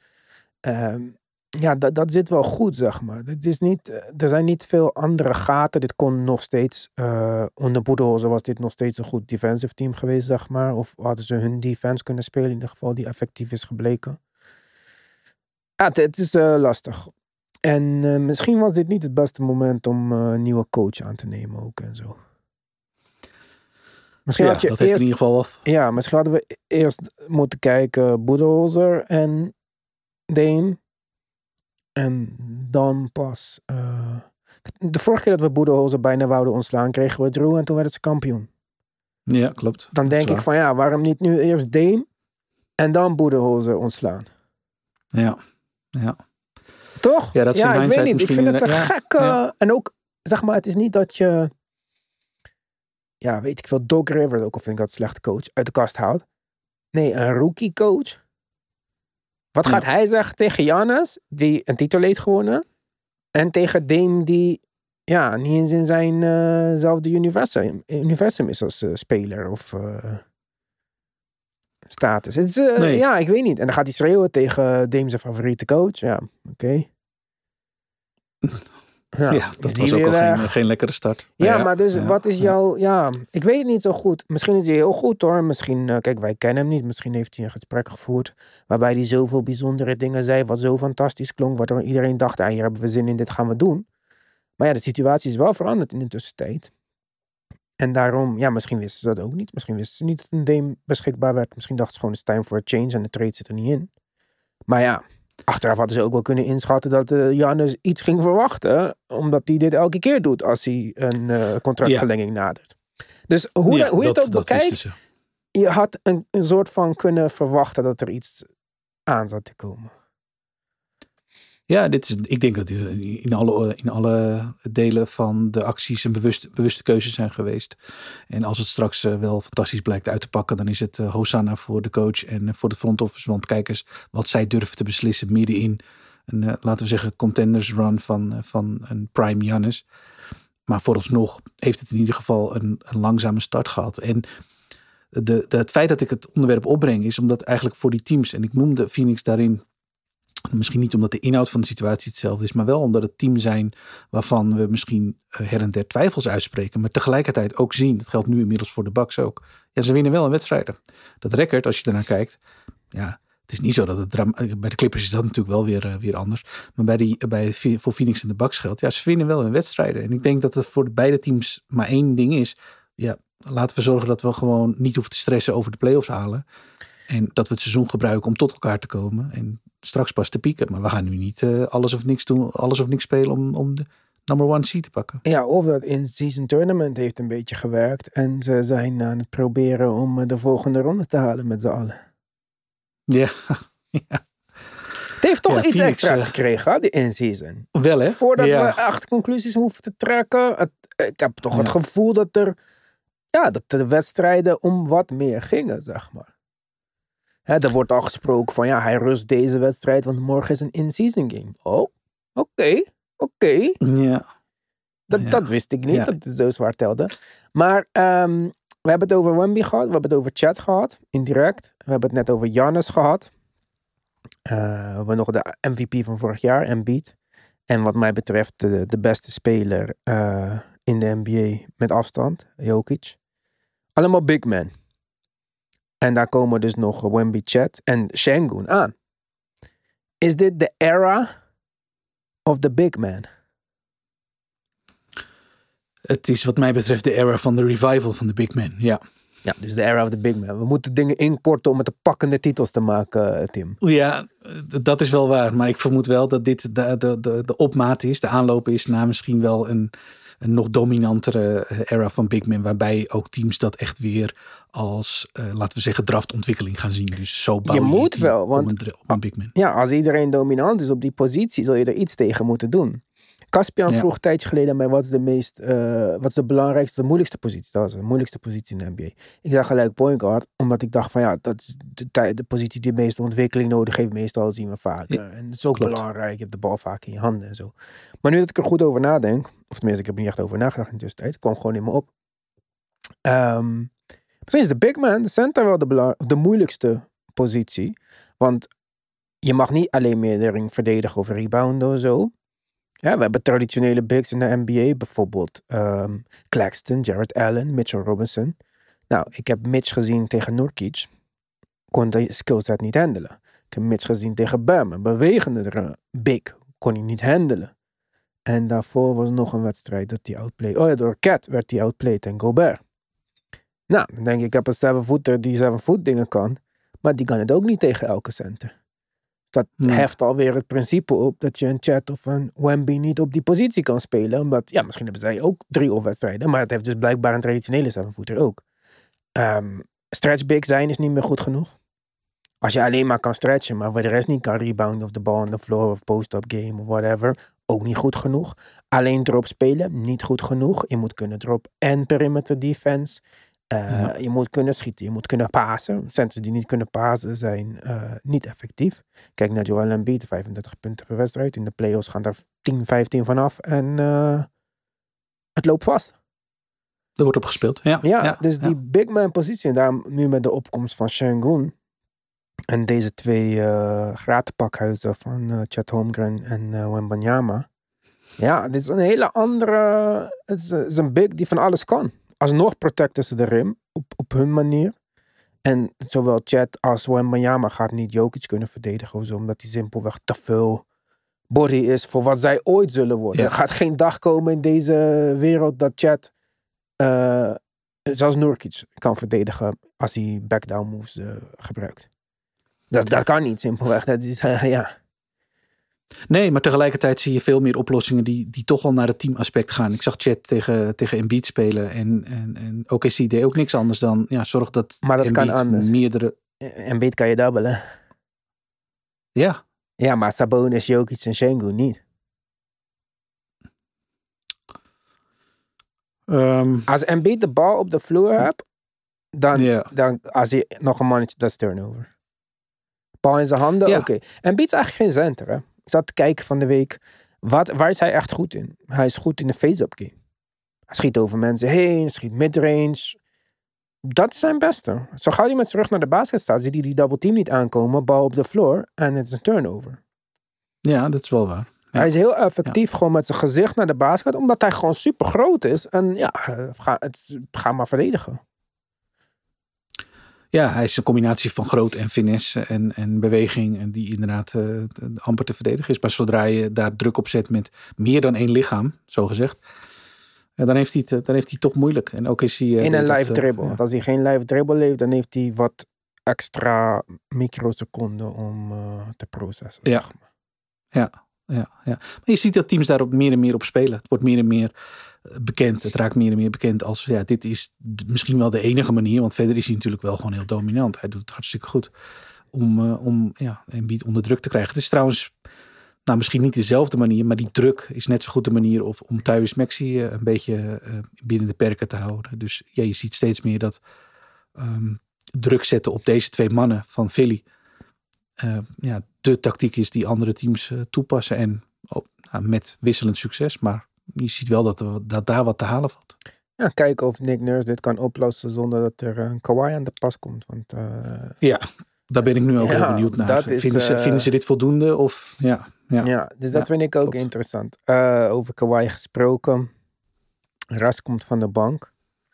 Dat zit wel goed, zeg maar. Het is niet, er zijn niet veel andere gaten. Dit kon nog steeds, onder Budenholzer was dit nog steeds een goed defensive team geweest, zeg maar. Of hadden ze hun defense kunnen spelen, in ieder geval die effectief is gebleken. Ja, het is lastig. En misschien was dit niet het beste moment om een nieuwe coach aan te nemen ook en zo. Misschien had je dat heeft in ieder geval af. Ja, misschien hadden we eerst moeten kijken Budenholzer en Dame. En dan pas... de vorige keer dat we Budenholzer bijna wouden ontslaan, kregen we Drew en toen werd ze kampioen. Ja, klopt. Dan denk ik van waarom niet nu eerst Dame en dan Budenholzer ontslaan? Ja. Toch? Ja, dat is ik weet niet. Ik vind het een gekke... Ja. En ook, zeg maar, het is niet dat je... Ja, weet ik veel, Doc Rivers, ook al vind ik dat een slechte coach, uit de kast houdt. Nee, een rookie coach. Wat gaat hij zeggen tegen Giannis, die een titel heeft gewonnen? En tegen Dame, die niet eens in zijnzelfde universum is als speler of status. Het is, Ja, ik weet niet. En dan gaat hij schreeuwen tegen Dame zijn favoriete coach. Ja, oké. Dat was ook al geen lekkere start. Maar dus wat is jouw... Ja, ik weet het niet zo goed. Misschien is hij heel goed hoor. Misschien, kijk, wij kennen hem niet. Misschien heeft hij een gesprek gevoerd waarbij hij zoveel bijzondere dingen zei, wat zo fantastisch klonk, waardoor iedereen dacht, hier hebben we zin in, dit gaan we doen. Maar ja, de situatie is wel veranderd in de tussentijd. En daarom, misschien wisten ze dat ook niet. Misschien wisten ze niet dat een Dame beschikbaar werd. Misschien dachten ze gewoon, it's time for a change en de trade zit er niet in. Maar ja, achteraf hadden ze ook wel kunnen inschatten dat Giannis iets ging verwachten. Omdat hij dit elke keer doet als hij een contractverlenging nadert. Dus hoe je het ook bekijkt, je had een soort van kunnen verwachten dat er iets aan zat te komen. Ja, ik denk dat dit in alle delen van de acties een bewuste keuzes zijn geweest. En als het straks wel fantastisch blijkt uit te pakken, dan is het Hosanna voor de coach en voor de front office. Want kijk eens wat zij durven te beslissen midden in een, laten we zeggen, contenders run van een prime Giannis. Maar vooralsnog heeft het in ieder geval een langzame start gehad. En het feit dat ik het onderwerp opbreng is omdat eigenlijk voor die teams, en ik noemde Phoenix daarin, misschien niet omdat de inhoud van de situatie hetzelfde is, maar wel omdat het team zijn waarvan we misschien her en der twijfels uitspreken, maar tegelijkertijd ook zien, dat geldt nu inmiddels voor de Bucks ook, ja, ze winnen wel een wedstrijden. Dat record, als je ernaar kijkt, ja, het is niet zo dat bij de Clippers is dat natuurlijk wel weer anders, maar voor Phoenix en de Bucks geldt, ja, ze winnen wel een wedstrijden. En ik denk dat het voor beide teams maar één ding is, ja, laten we zorgen dat we gewoon niet hoeven te stressen over de playoffs halen. En dat we het seizoen gebruiken om tot elkaar te komen. En straks pas te pieken. Maar we gaan nu niet alles of niks doen. Alles of niks spelen om de number 1 seed te pakken. Ja, of dat in-season tournament heeft een beetje gewerkt. En ze zijn aan het proberen om de volgende ronde te halen met z'n allen. Ja. Het heeft toch iets Phoenix, extra's gekregen, de in-season. Wel hè? Voordat we echt conclusies hoeven te trekken. Ik heb toch het gevoel dat dat de wedstrijden om wat meer gingen, zeg maar. Er wordt al gesproken van, hij rust deze wedstrijd, want morgen is een in-season game. Oh, oké. Ja. Dat wist ik niet, dat het zo zwaar telde. Maar we hebben het over Wemby gehad, we hebben het over Chet gehad, indirect. We hebben het net over Giannis gehad. We hebben nog de MVP van vorig jaar, Embiid. En wat mij betreft de beste speler in de NBA met afstand, Jokic. Allemaal big men. En daar komen dus nog Wemby, Chet en Sengun aan. Is dit de era of the big man? Het is wat mij betreft de era van de revival van de big man, ja. Ja, dus de era of the big man. We moeten dingen inkorten om het de pakkende titels te maken, Tim. Ja, dat is wel waar. Maar ik vermoed wel dat dit de opmaat is, de aanloop is naar misschien wel een nog dominantere era van big men, waarbij ook teams dat echt weer als, laten we zeggen, draftontwikkeling gaan zien. Dus zo bouw je moet wel, want op een big man. Ja, als iedereen dominant is op die positie, zul je er iets tegen moeten doen. Caspian vroeg een tijdje geleden aan mij, wat is de belangrijkste, de moeilijkste positie? Dat was de moeilijkste positie in de NBA. Ik zei gelijk point guard, omdat ik dacht van dat is de positie die de meeste ontwikkeling nodig heeft. Meestal zien we vaker. Ja, en het is ook belangrijk, je hebt de bal vaak in je handen en zo. Maar nu dat ik er goed over nadenk, of tenminste ik heb er niet echt over nagedacht in de tussentijd, het kwam gewoon in me op. Misschien is de big man, de center wel de moeilijkste positie. Want je mag niet alleen meer de ring verdedigen of rebounden of zo. Ja, we hebben traditionele bigs in de NBA, bijvoorbeeld Claxton, Jared Allen, Mitchell Robinson. Nou, ik heb Mitch gezien tegen Nurkic, kon de skillset niet handelen. Ik heb Mitch gezien tegen Bam, een bewegende big, kon hij niet handelen. En daarvoor was nog een wedstrijd dat hij outplayed. Door Cat werd hij outplayed en Gobert. Nou, dan denk ik heb een 7-footer die 7-foot dingen kan, maar die kan het ook niet tegen elke center. Dat heft alweer het principe op dat je een Chet of een Wemby niet op die positie kan spelen. Omdat, misschien hebben zij ook 3 off-wedstrijden. Maar het heeft dus blijkbaar een traditionele 7-footer ook. Stretch big zijn is niet meer goed genoeg. Als je alleen maar kan stretchen, maar voor de rest niet kan rebounden of de bal on the floor of post-up game of whatever. Ook niet goed genoeg. Alleen drop spelen, niet goed genoeg. Je moet kunnen drop en perimeter defense. Je moet kunnen schieten, je moet kunnen pasen. Centers die niet kunnen pasen zijn niet effectief. Kijk naar Joel Embiid, 35 punten per wedstrijd. In de playoffs gaan daar 10, 15 vanaf en het loopt vast. Er wordt op gespeeld, dus die big man positie, en daar nu met de opkomst van Sengun en deze 2 gratenpakhuizen van Chet Holmgren en Wembanyama. Ja, dit is een hele andere... Het is een big die van alles kan. Alsnog protecten ze de rim op hun manier. En zowel Chet als Wembanyama gaat niet Jokic kunnen verdedigen of zo, omdat hij simpelweg te veel body is voor wat zij ooit zullen worden. Ja. Er gaat geen dag komen in deze wereld dat Chet zelfs Nurkic kan verdedigen als hij back-down moves gebruikt. Dat kan niet, simpelweg. Dat is, ja. Nee, maar tegelijkertijd zie je veel meer oplossingen die toch al naar het teamaspect gaan. Ik zag Chet tegen Embiid spelen en OKC deed ook niks anders dan zorg dat Maar dat Embiid kan anders. meerdere... Embiid kan je dubbelen. Ja, Ja, maar Sabonis, Jokic en Şengün niet. Als Embiid de bal op de vloer hebt, dan als hij nog een mannetje, dat is turnover. Bal in zijn handen, Ja. oké. Embiid is eigenlijk geen center, hè. Ik zat te kijken van de week. Waar is hij echt goed in? Hij is goed in de face-up game. Hij schiet over mensen heen, schiet midrange. Dat is zijn beste. Zo gauw hij met zijn rug naar de basket staat, ziet hij die double team niet aankomen, bal op de floor en het is een turnover. Ja, dat is wel waar. Ja. Hij is heel effectief gewoon met zijn gezicht naar de basket, omdat hij gewoon super groot is. En ja, ga maar verdedigen. Ja, hij is een combinatie van groot en finesse en beweging. En die inderdaad amper te verdedigen is. Maar zodra je daar druk op zet met meer dan één lichaam, zo gezegd. Dan heeft hij het toch moeilijk. En ook is hij... in een live dribble. Want als hij geen live dribble heeft, dan heeft hij wat extra microseconden om te processen. Ja. Zeg maar. Ja. Maar je ziet dat teams daar meer en meer op spelen. Het wordt meer en meer bekend. Het raakt meer en meer bekend als... Ja, dit is misschien wel de enige manier. Want verder is hij natuurlijk wel gewoon heel dominant. Hij doet het hartstikke goed om Embiid onder druk te krijgen. Het is trouwens misschien niet dezelfde manier. Maar die druk is net zo goed de manier om Tyrese Maxey een beetje binnen de perken te houden. Dus ja, je ziet steeds meer dat druk zetten op deze twee mannen van Philly... de tactiek is die andere teams toepassen. En met wisselend succes. Maar je ziet wel dat daar wat te halen valt. Ja, kijken of Nick Nurse dit kan oplossen zonder dat er een Kawhi aan de pas komt. Want, ja, daar ben ik nu ook heel benieuwd naar. Vinden ze dit voldoende? Of, ja, dus dat vind ik ook klopt. interessant. Over Kawhi gesproken. Ras komt van de bank.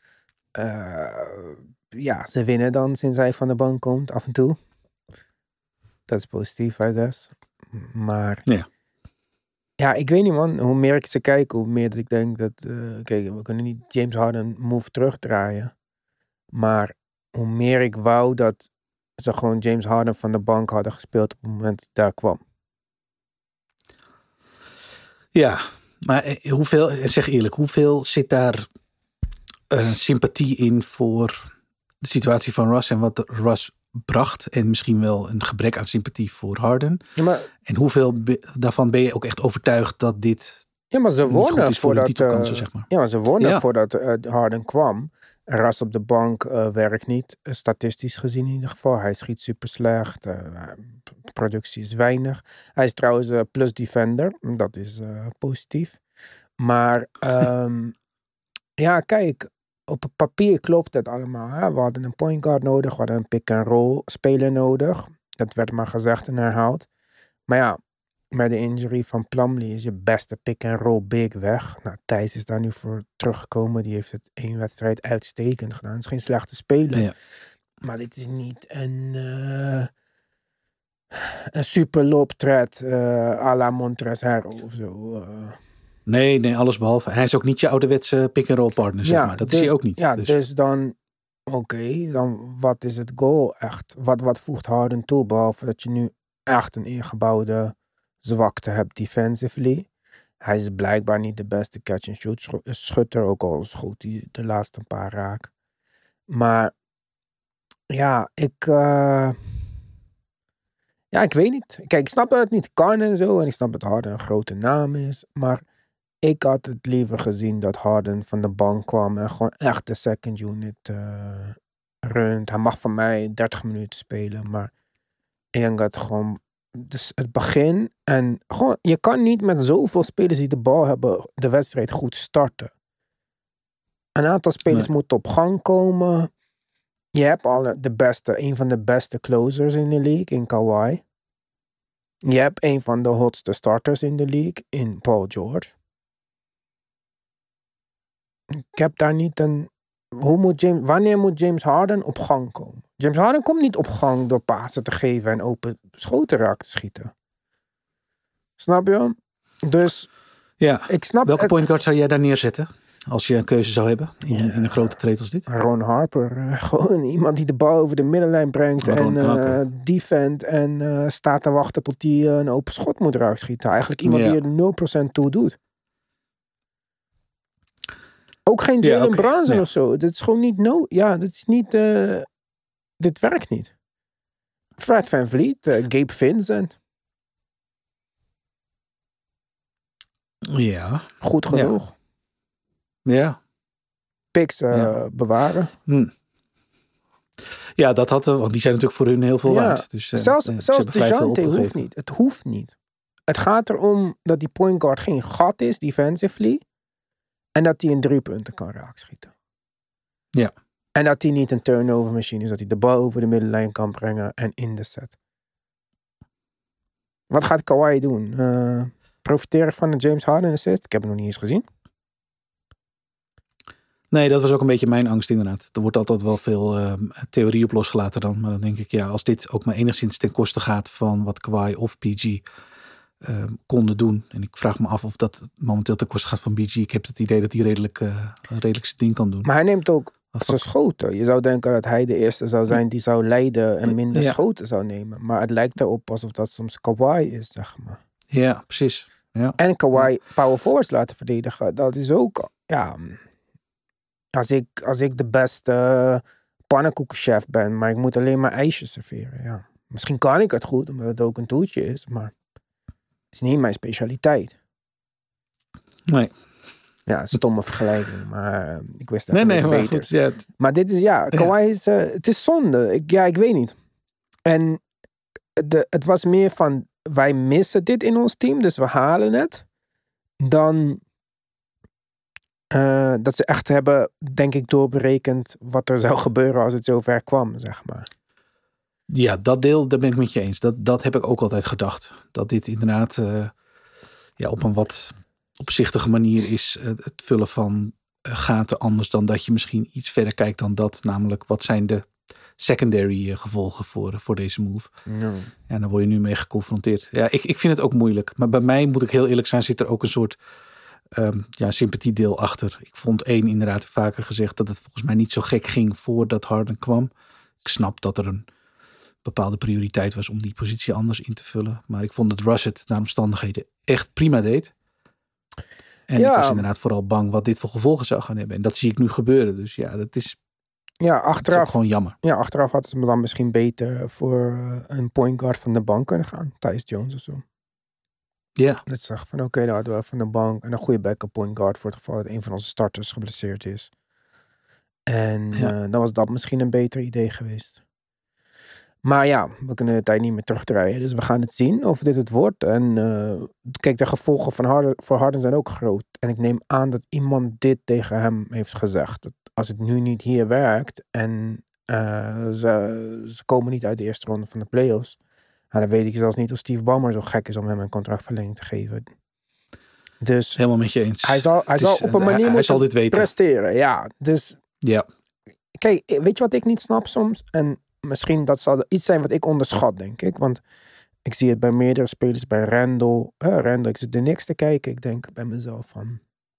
Ze winnen dan sinds hij van de bank komt af en toe. Dat is positief, I guess. Maar ja, ik weet niet, man. Hoe meer ik ze kijk, hoe meer dat ik denk dat... kijk, we kunnen niet James Harden move terugdraaien. Maar hoe meer ik wou dat ze gewoon James Harden van de bank hadden gespeeld op het moment dat hij daar kwam. Ja, maar zeg eerlijk, hoeveel zit daar sympathie in voor de situatie van Russ en wat Russ bracht en misschien wel een gebrek aan sympathie voor Harden. Ja, maar, en hoeveel daarvan ben je ook echt overtuigd dat dit maar ze wonnen is voor de titelkansen, zeg maar. Ja, maar ze wonnen voordat Harden kwam. Ras op de bank werkt niet, statistisch gezien in ieder geval. Hij schiet super slecht, productie is weinig. Hij is trouwens plus defender, dat is positief. Maar ja, kijk, op het papier klopt het allemaal. Hè? We hadden een point guard nodig, we hadden een pick-and-roll speler nodig. Dat werd maar gezegd en herhaald. Maar ja, met de injury van Plumlee is je beste pick-and-roll big weg. Nou, Thijs is daar nu voor teruggekomen. Die heeft het 1 wedstrijd uitstekend gedaan. Het is geen slechte speler. Ja. Maar dit is niet een super looptred à la Montrezl Harrell of zo. Nee, alles behalve. En hij is ook niet je ouderwetse pick-and-roll partner, zeg maar. Dat is hij ook niet. Ja, dus dan... Oké, dan wat is het goal echt? Wat voegt Harden toe? Behalve dat je nu echt een ingebouwde zwakte hebt defensively. Hij is blijkbaar niet de beste catch-and-shoot schutter. Ook al schoot hij de laatste een paar raak. Maar ja, ik weet niet. Kijk, ik snap het niet kan en zo. En ik snap dat Harden een grote naam is. Maar ik had het liever gezien dat Harden van de bank kwam en gewoon echt de second unit runt. Hij mag van mij 30 minuten spelen, maar ik denk dat gewoon dus het begin en gewoon je kan niet met zoveel spelers die de bal hebben de wedstrijd goed starten. Een aantal spelers moeten op gang komen. Je hebt een van de beste closers in de league in Kawhi. Je hebt een van de hotste starters in de league in Paul George. Ik heb daar niet een... Wanneer moet James Harden op gang komen? James Harden komt niet op gang door pasen te geven en open schoten raak te schieten. Snap je? Dus Ja. ik snap... Welke point guard zou jij daar neerzetten? Als je een keuze zou hebben in een grote trade als dit? Ron Harper. Gewoon iemand die de bal over de middenlijn brengt. Defend en staat te wachten tot hij een open schot moet raakschieten. Eigenlijk iemand die er 0% toe doet. Ook geen Jalen Brunson of zo. Dit is gewoon niet... dit is niet... dit werkt niet. Fred VanVleet. Gabe Vincent. Ja. Goed genoeg. Ja. Picks bewaren. Ja, dat had... Want die zijn natuurlijk voor hun heel veel waard. Dus, zelfs DeJounte hoeft niet. Het hoeft niet. Het gaat erom dat die point guard geen gat is, defensively. En dat hij een 3 punten kan raakschieten. Ja. En dat hij niet een turnover machine is. Dat hij de bal over de middenlijn kan brengen en in de set. Wat gaat Kawhi doen? Profiteren van een James Harden assist? Ik heb het nog niet eens gezien. Nee, dat was ook een beetje mijn angst inderdaad. Er wordt altijd wel veel theorie op losgelaten dan. Maar dan denk ik, als dit ook maar enigszins ten koste gaat van wat Kawhi of PG konden doen. En ik vraag me af of dat momenteel ten koste gaat van PG. Ik heb het idee dat hij redelijk zijn ding kan doen. Maar hij neemt ook zijn schoten. Je zou denken dat hij de eerste zou zijn die zou leiden en minder schoten zou nemen. Maar het lijkt erop alsof dat soms Kawhi is, zeg maar. Ja, precies. Ja. En Kawhi power forwards laten verdedigen. Dat is ook, Als ik de beste pannenkoekenchef ben, maar ik moet alleen maar ijsjes serveren. Ja. Misschien kan ik het goed, omdat het ook een toetje is, maar het is niet mijn specialiteit. Nee. Ja, stomme vergelijking, maar ik wist het beter. Maar, goed, ja. Maar dit is, Kawhi is, het is zonde. Ik weet niet. En het was meer van, wij missen dit in ons team, dus we halen het. Dan dat ze echt hebben, denk ik, doorberekend wat er zou gebeuren als het zover kwam, zeg maar. Ja, dat deel, daar ben ik met je eens. Dat heb ik ook altijd gedacht. Dat dit inderdaad op een wat opzichtige manier is het vullen van gaten anders dan dat je misschien iets verder kijkt dan dat. Namelijk, wat zijn de secondary gevolgen voor deze move? No. Ja, daar word je nu mee geconfronteerd. Ja, ik vind het ook moeilijk. Maar bij mij, moet ik heel eerlijk zijn, zit er ook een soort sympathiedeel achter. Ik vond inderdaad vaker gezegd dat het volgens mij niet zo gek ging voordat Harden kwam. Ik snap dat er een bepaalde prioriteit was om die positie anders in te vullen. Maar ik vond dat Russ het naar omstandigheden echt prima deed. En ik was inderdaad vooral bang wat dit voor gevolgen zou gaan hebben. En dat zie ik nu gebeuren. Dus dat is... Ja, achteraf. Dat is gewoon jammer. Ja, achteraf hadden ze me dan misschien beter voor een point guard van de bank kunnen gaan. Tyus Jones of zo. Ja. Dat zag van oké, dan hadden we van de bank en een goede backup point guard voor het geval dat een van onze starters geblesseerd is. En dan was dat misschien een beter idee geweest. Maar ja, we kunnen de tijd niet meer terugdraaien. Dus we gaan het zien of dit het wordt. En kijk, de gevolgen voor Harden zijn ook groot. En ik neem aan dat iemand dit tegen hem heeft gezegd. Dat als het nu niet hier werkt en ze komen niet uit de eerste ronde van de playoffs. Dan weet ik zelfs niet of Steve Ballmer zo gek is om hem een contractverlenging te geven. Dus helemaal met je eens. Hij zal op een manier moeten dit weten. Presteren. Ja, dus ja. Kijk, weet je wat ik niet snap soms? En misschien dat zal iets zijn wat ik onderschat, denk ik. Want ik zie het bij meerdere spelers, bij Randall. Ik zit er niks te kijken. Ik denk bij mezelf van...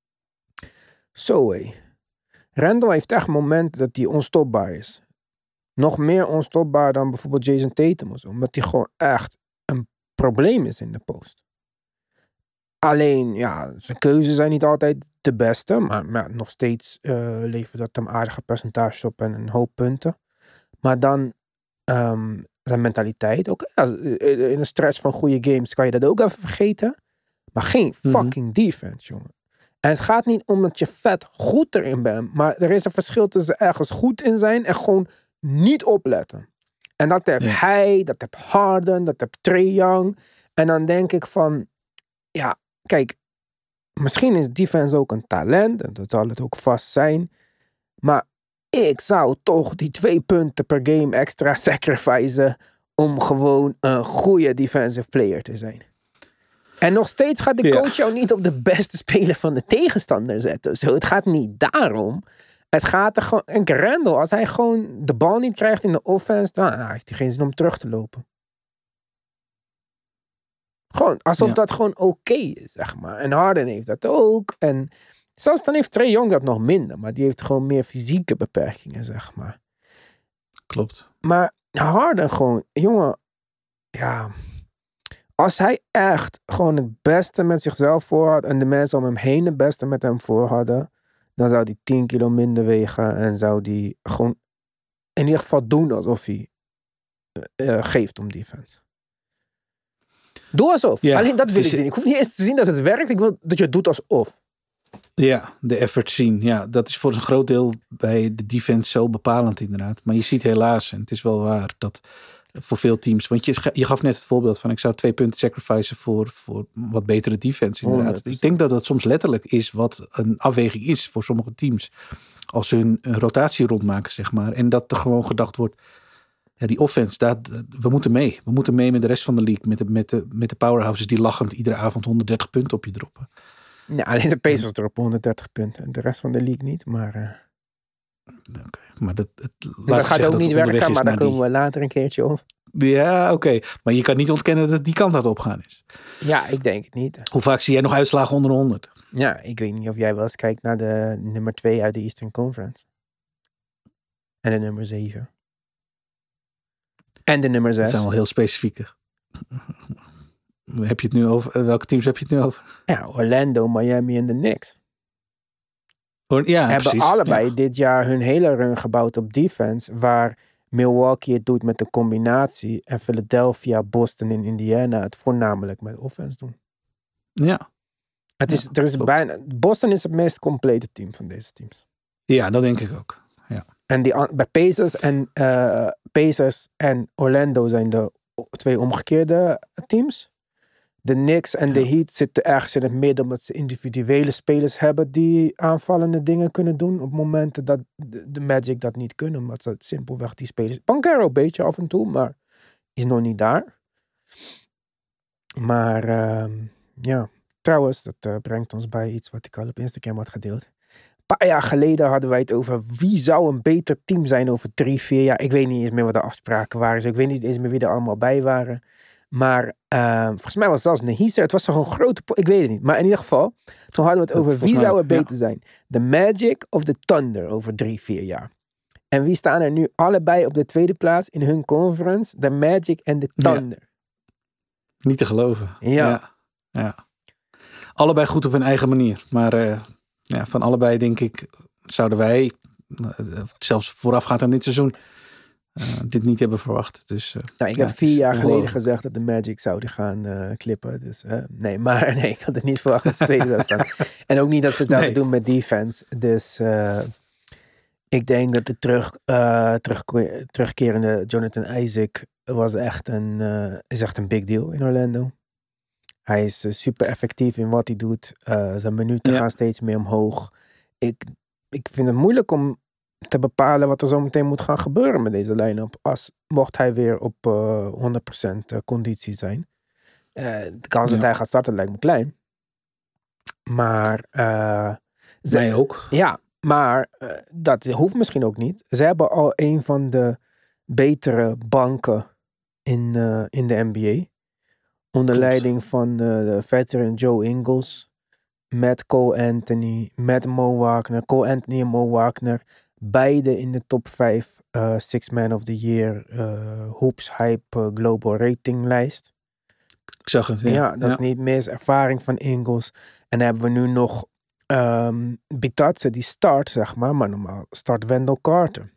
Randall heeft echt momenten dat hij onstopbaar is. Nog meer onstopbaar dan bijvoorbeeld Jason Tatum of zo. Omdat hij gewoon echt een probleem is in de post. Alleen, zijn keuzes zijn niet altijd de beste. Maar nog steeds levert dat hem aardige percentages op en een hoop punten. Maar dan zijn mentaliteit. Ook in een stress van goede games kan je dat ook even vergeten. Maar geen fucking defense, jongen. En het gaat niet om dat je vet goed erin bent. Maar er is een verschil tussen ergens goed in zijn en gewoon niet opletten. En dat heb hij, dat heb Harden, dat heb Trae Young. En dan denk ik van... Ja, kijk. Misschien is defense ook een talent. En dat zal het ook vast zijn. Maar ik zou toch die 2 punten per game extra sacrificen om gewoon een goede defensive player te zijn. En nog steeds gaat de coach jou niet op de beste speler van de tegenstander zetten. Zo, het gaat niet daarom. Het gaat er gewoon... En Randall, als hij gewoon de bal niet krijgt in de offense... dan heeft hij geen zin om terug te lopen. Gewoon, alsof dat gewoon oké is, zeg maar. En Harden heeft dat ook. En zelfs dan heeft Trae Young dat nog minder. Maar die heeft gewoon meer fysieke beperkingen, zeg maar. Klopt. Maar Harden gewoon... Jongen, ja... Als hij echt gewoon het beste met zichzelf voor had... en de mensen om hem heen het beste met hem voor hadden... dan zou hij 10 kilo minder wegen... en zou hij gewoon in ieder geval doen alsof hij geeft om defense. Doe alsof. Ja, alleen dat wil ik zien. Ik hoef niet eens te zien dat het werkt. Ik wil dat je het doet alsof. Ja, de effort zien. Ja, dat is voor een groot deel bij de defense zo bepalend inderdaad. Maar je ziet helaas, en het is wel waar, dat voor veel teams... Want je gaf net het voorbeeld van... ik zou 2 punten sacrificen voor wat betere defense inderdaad. 100%. Ik denk dat dat soms letterlijk is wat een afweging is voor sommige teams. Als ze hun rotatie rondmaken, zeg maar. En dat er gewoon gedacht wordt... Ja, die offense, we moeten mee. We moeten mee met de rest van de league. Met de powerhouses die lachend iedere avond 130 punten op je droppen. Ja, alleen de Pacers droppen 130 punten. En de rest van de league niet. Maar, maar dat gaat ook niet werken, maar daar komen we later een keertje over. Ja, oké. Maar je kan niet ontkennen dat het die kant aan het opgaan is. Ja, ik denk het niet. Hoe vaak zie jij nog uitslagen onder de 100? Ja, ik weet niet of jij wel eens kijkt naar de nummer 2 uit de Eastern Conference. En de nummer 7. En de nummer 6. Dat zijn wel heel specifieke. Heb je het nu over? Welke teams heb je het nu over? Ja, Orlando, Miami en de Knicks. Ja, hebben precies. allebei dit jaar hun hele run gebouwd op defense. Waar Milwaukee het doet met de combinatie. En Philadelphia, Boston en Indiana het voornamelijk met offense doen. Ja. Boston is het meest complete team van deze teams. Ja, dat denk ik ook. Ja. En bij Pacers en Orlando zijn de 2 omgekeerde teams. De Knicks en de Heat zitten ergens in het midden... omdat ze individuele spelers hebben... die aanvallende dingen kunnen doen... op momenten dat de Magic dat niet kunnen... omdat ze simpelweg die spelers... Banchero een beetje af en toe... maar is nog niet daar. Maar ja... Trouwens, dat brengt ons bij iets... wat ik al op Instagram had gedeeld. Een paar jaar geleden hadden wij het over... wie zou een beter team zijn over 3-4 jaar. Ik weet niet eens meer wat de afspraken waren. Dus ik weet niet eens meer wie er allemaal bij waren... Maar volgens mij was het zelfs een Heat. Het was toch een grote... Ik weet het niet. Maar in ieder geval, toen hadden we het over wie zou er beter zijn. De Magic of de Thunder over 3-4 jaar. En wie staan er nu allebei op de tweede plaats in hun conference? De Magic en de Thunder. Ja. Niet te geloven. Ja. Allebei goed op hun eigen manier. Maar van allebei denk ik zouden wij... zelfs voorafgaand aan dit seizoen... dit niet hebben verwacht. Dus, ik heb 4 jaar geleden gezegd dat de Magic zouden gaan klippen. Dus nee, ik had het niet verwacht dat ze tweede zou staan. En ook niet dat ze het zouden doen met defense. Dus ik denk dat de terugkerende Jonathan Isaac is echt een big deal in Orlando. Hij is super effectief in wat hij doet. Zijn minuten gaan steeds meer omhoog. Ik vind het moeilijk om te bepalen wat er zo meteen moet gaan gebeuren met deze line-up. Mocht hij weer op 100% conditie zijn. De kans dat hij gaat starten lijkt me klein. Maar... mij ook. Ja, maar dat hoeft misschien ook niet. Ze hebben al een van de betere banken in de NBA. Onder leiding van de veteran Joe Ingles. Met Cole Anthony, met Mo Wagner. Cole Anthony en Mo Wagner. Beide in de top 5 Six Man of the Year Hoops Hype Global Rating lijst. Ik zag het. Ja, dat is niet mis. Ervaring van Ingles. En dan hebben we nu nog Bitadze die start, zeg maar normaal start Wendell Carter.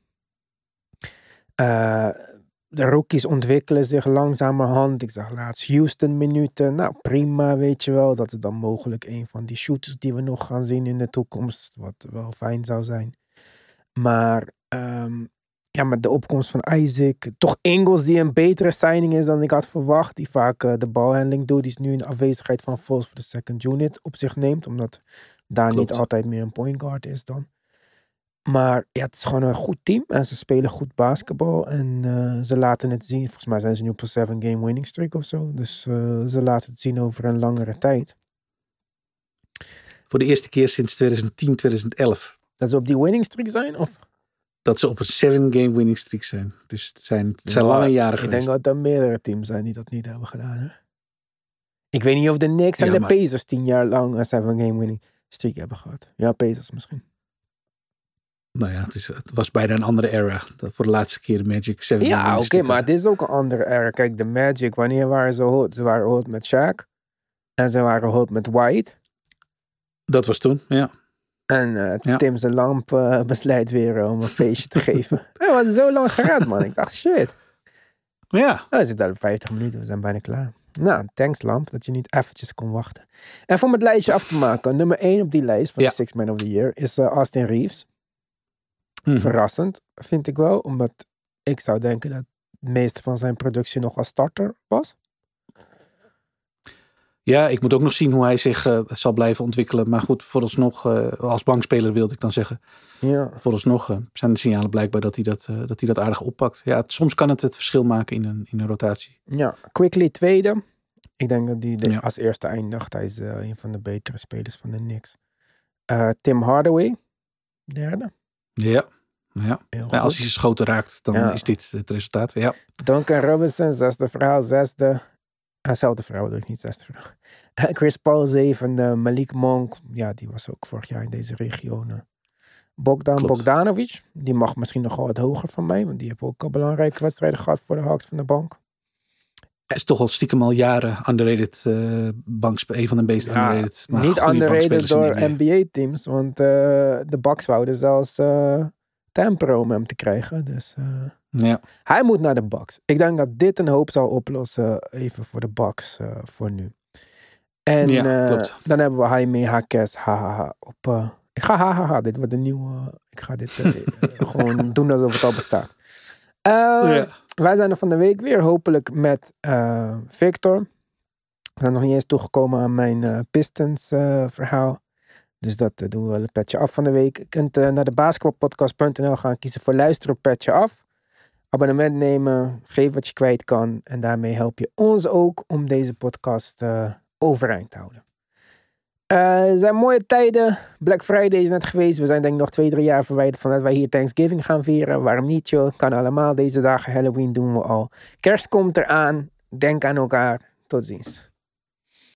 De rookies ontwikkelen zich langzamerhand. Ik zag laatst Houston minuten. Nou, prima, weet je wel. Dat is dan mogelijk een van die shooters die we nog gaan zien in de toekomst. Wat wel fijn zou zijn. Maar met de opkomst van Isaac. Toch Ingles die een betere signing is dan ik had verwacht. Die vaak de balhandling doet. Die is nu in afwezigheid van Foles voor de second unit op zich neemt. Omdat daar niet altijd meer een point guard is dan. Maar ja, het is gewoon een goed team. En ze spelen goed basketbal. En ze laten het zien. Volgens mij zijn ze nu op een 7-game winning streak of zo. Dus ze laten het zien over een langere tijd. Voor de eerste keer sinds 2010, 2011. Dat ze op die winning streak zijn? Of? Dat ze op een 7-game winning streak zijn. Dus het zijn lange jaren Ik geweest. denk dat er meerdere teams zijn die dat niet hebben gedaan. Hè? Ik weet niet of de Knicks en Ja, de maar- Pacers 10 jaar lang een 7-game winning streak hebben gehad. Ja, Pacers misschien. Nou ja, het was bijna een andere era. Voor de laatste keer de Magic 7 Ja, oké, maar dit is ook een andere era. Kijk, de Magic, wanneer waren ze hot? Ze waren hot met Shaq. En ze waren hot met White. Dat was toen, ja. En Ja. Tim zijn lamp besluit weer om een feestje te geven. We hadden zo lang gered, man. Ik dacht, shit. Ja, We zitten al op 50 minuten, we zijn bijna klaar. Nou, thanks Lamp, dat je niet eventjes kon wachten. En voor het lijstje af te maken, nummer 1 op die lijst van Ja. de Six Man of the Year is Austin Reeves. Mhm. Verrassend, vind ik wel. Omdat ik zou denken dat het meeste van zijn productie nog als starter was. Ja, ik moet ook nog zien hoe hij zich zal blijven ontwikkelen. Maar goed, vooralsnog, als bankspeler wilde ik dan zeggen. Ja. Vooralsnog zijn de signalen blijkbaar dat hij dat aardig oppakt. Ja, soms kan het verschil maken in een rotatie. Ja, Quickly tweede. Ik denk dat die Ja. als eerste eindigt. Hij is een van de betere spelers van de Knicks. Tim Hardaway, derde. Ja. Heel Ja, goed. als hij zijn schoten raakt, dan Ja. is dit het resultaat. Ja. Duncan Robinson, zesde verhaal, zesde. Zelfde vrouw, bedoel ik niet, zesde verhaal. Chris Paul, zevende. Malik Monk, ja, die was ook vorig jaar in deze regionen. Bogdan Klopt. Bogdanovic, die mag misschien nog wel wat hoger van mij, want die heeft ook al belangrijke wedstrijden gehad voor de Hawks van de bank. Hij is toch al stiekem al jaren underrated een van de meest underrated. Maar niet goede underrated bankspelers in door de NBA. NBA-teams, want de Bucks wouden zelfs temperen om hem te krijgen. Dus Ja. hij moet naar de Bucks. Ik denk dat dit een hoop zal oplossen, even voor de Bucks voor nu. En Ja, klopt. dan hebben we Jaime Jaquez, hahaha, op... ik ga hahaha, dit wordt een nieuwe... ik ga dit gewoon doen alsof het al bestaat. Ja. Wij zijn er van de week weer, hopelijk met Victor. We zijn nog niet eens toegekomen aan mijn Pistons verhaal. Dus dat doen we een petje af van de week. Je kunt naar de basketbalpodcast.nl gaan kiezen voor luisteren petje af. Abonnement nemen, geef wat je kwijt kan. En daarmee help je ons ook om deze podcast overeind te houden. Er zijn mooie tijden. Black Friday is net geweest. We zijn denk ik nog 2-3 jaar verwijderd van dat wij hier Thanksgiving gaan vieren. Waarom niet joh? Kan allemaal deze dagen. Halloween doen we al. Kerst komt eraan. Denk aan elkaar. Tot ziens.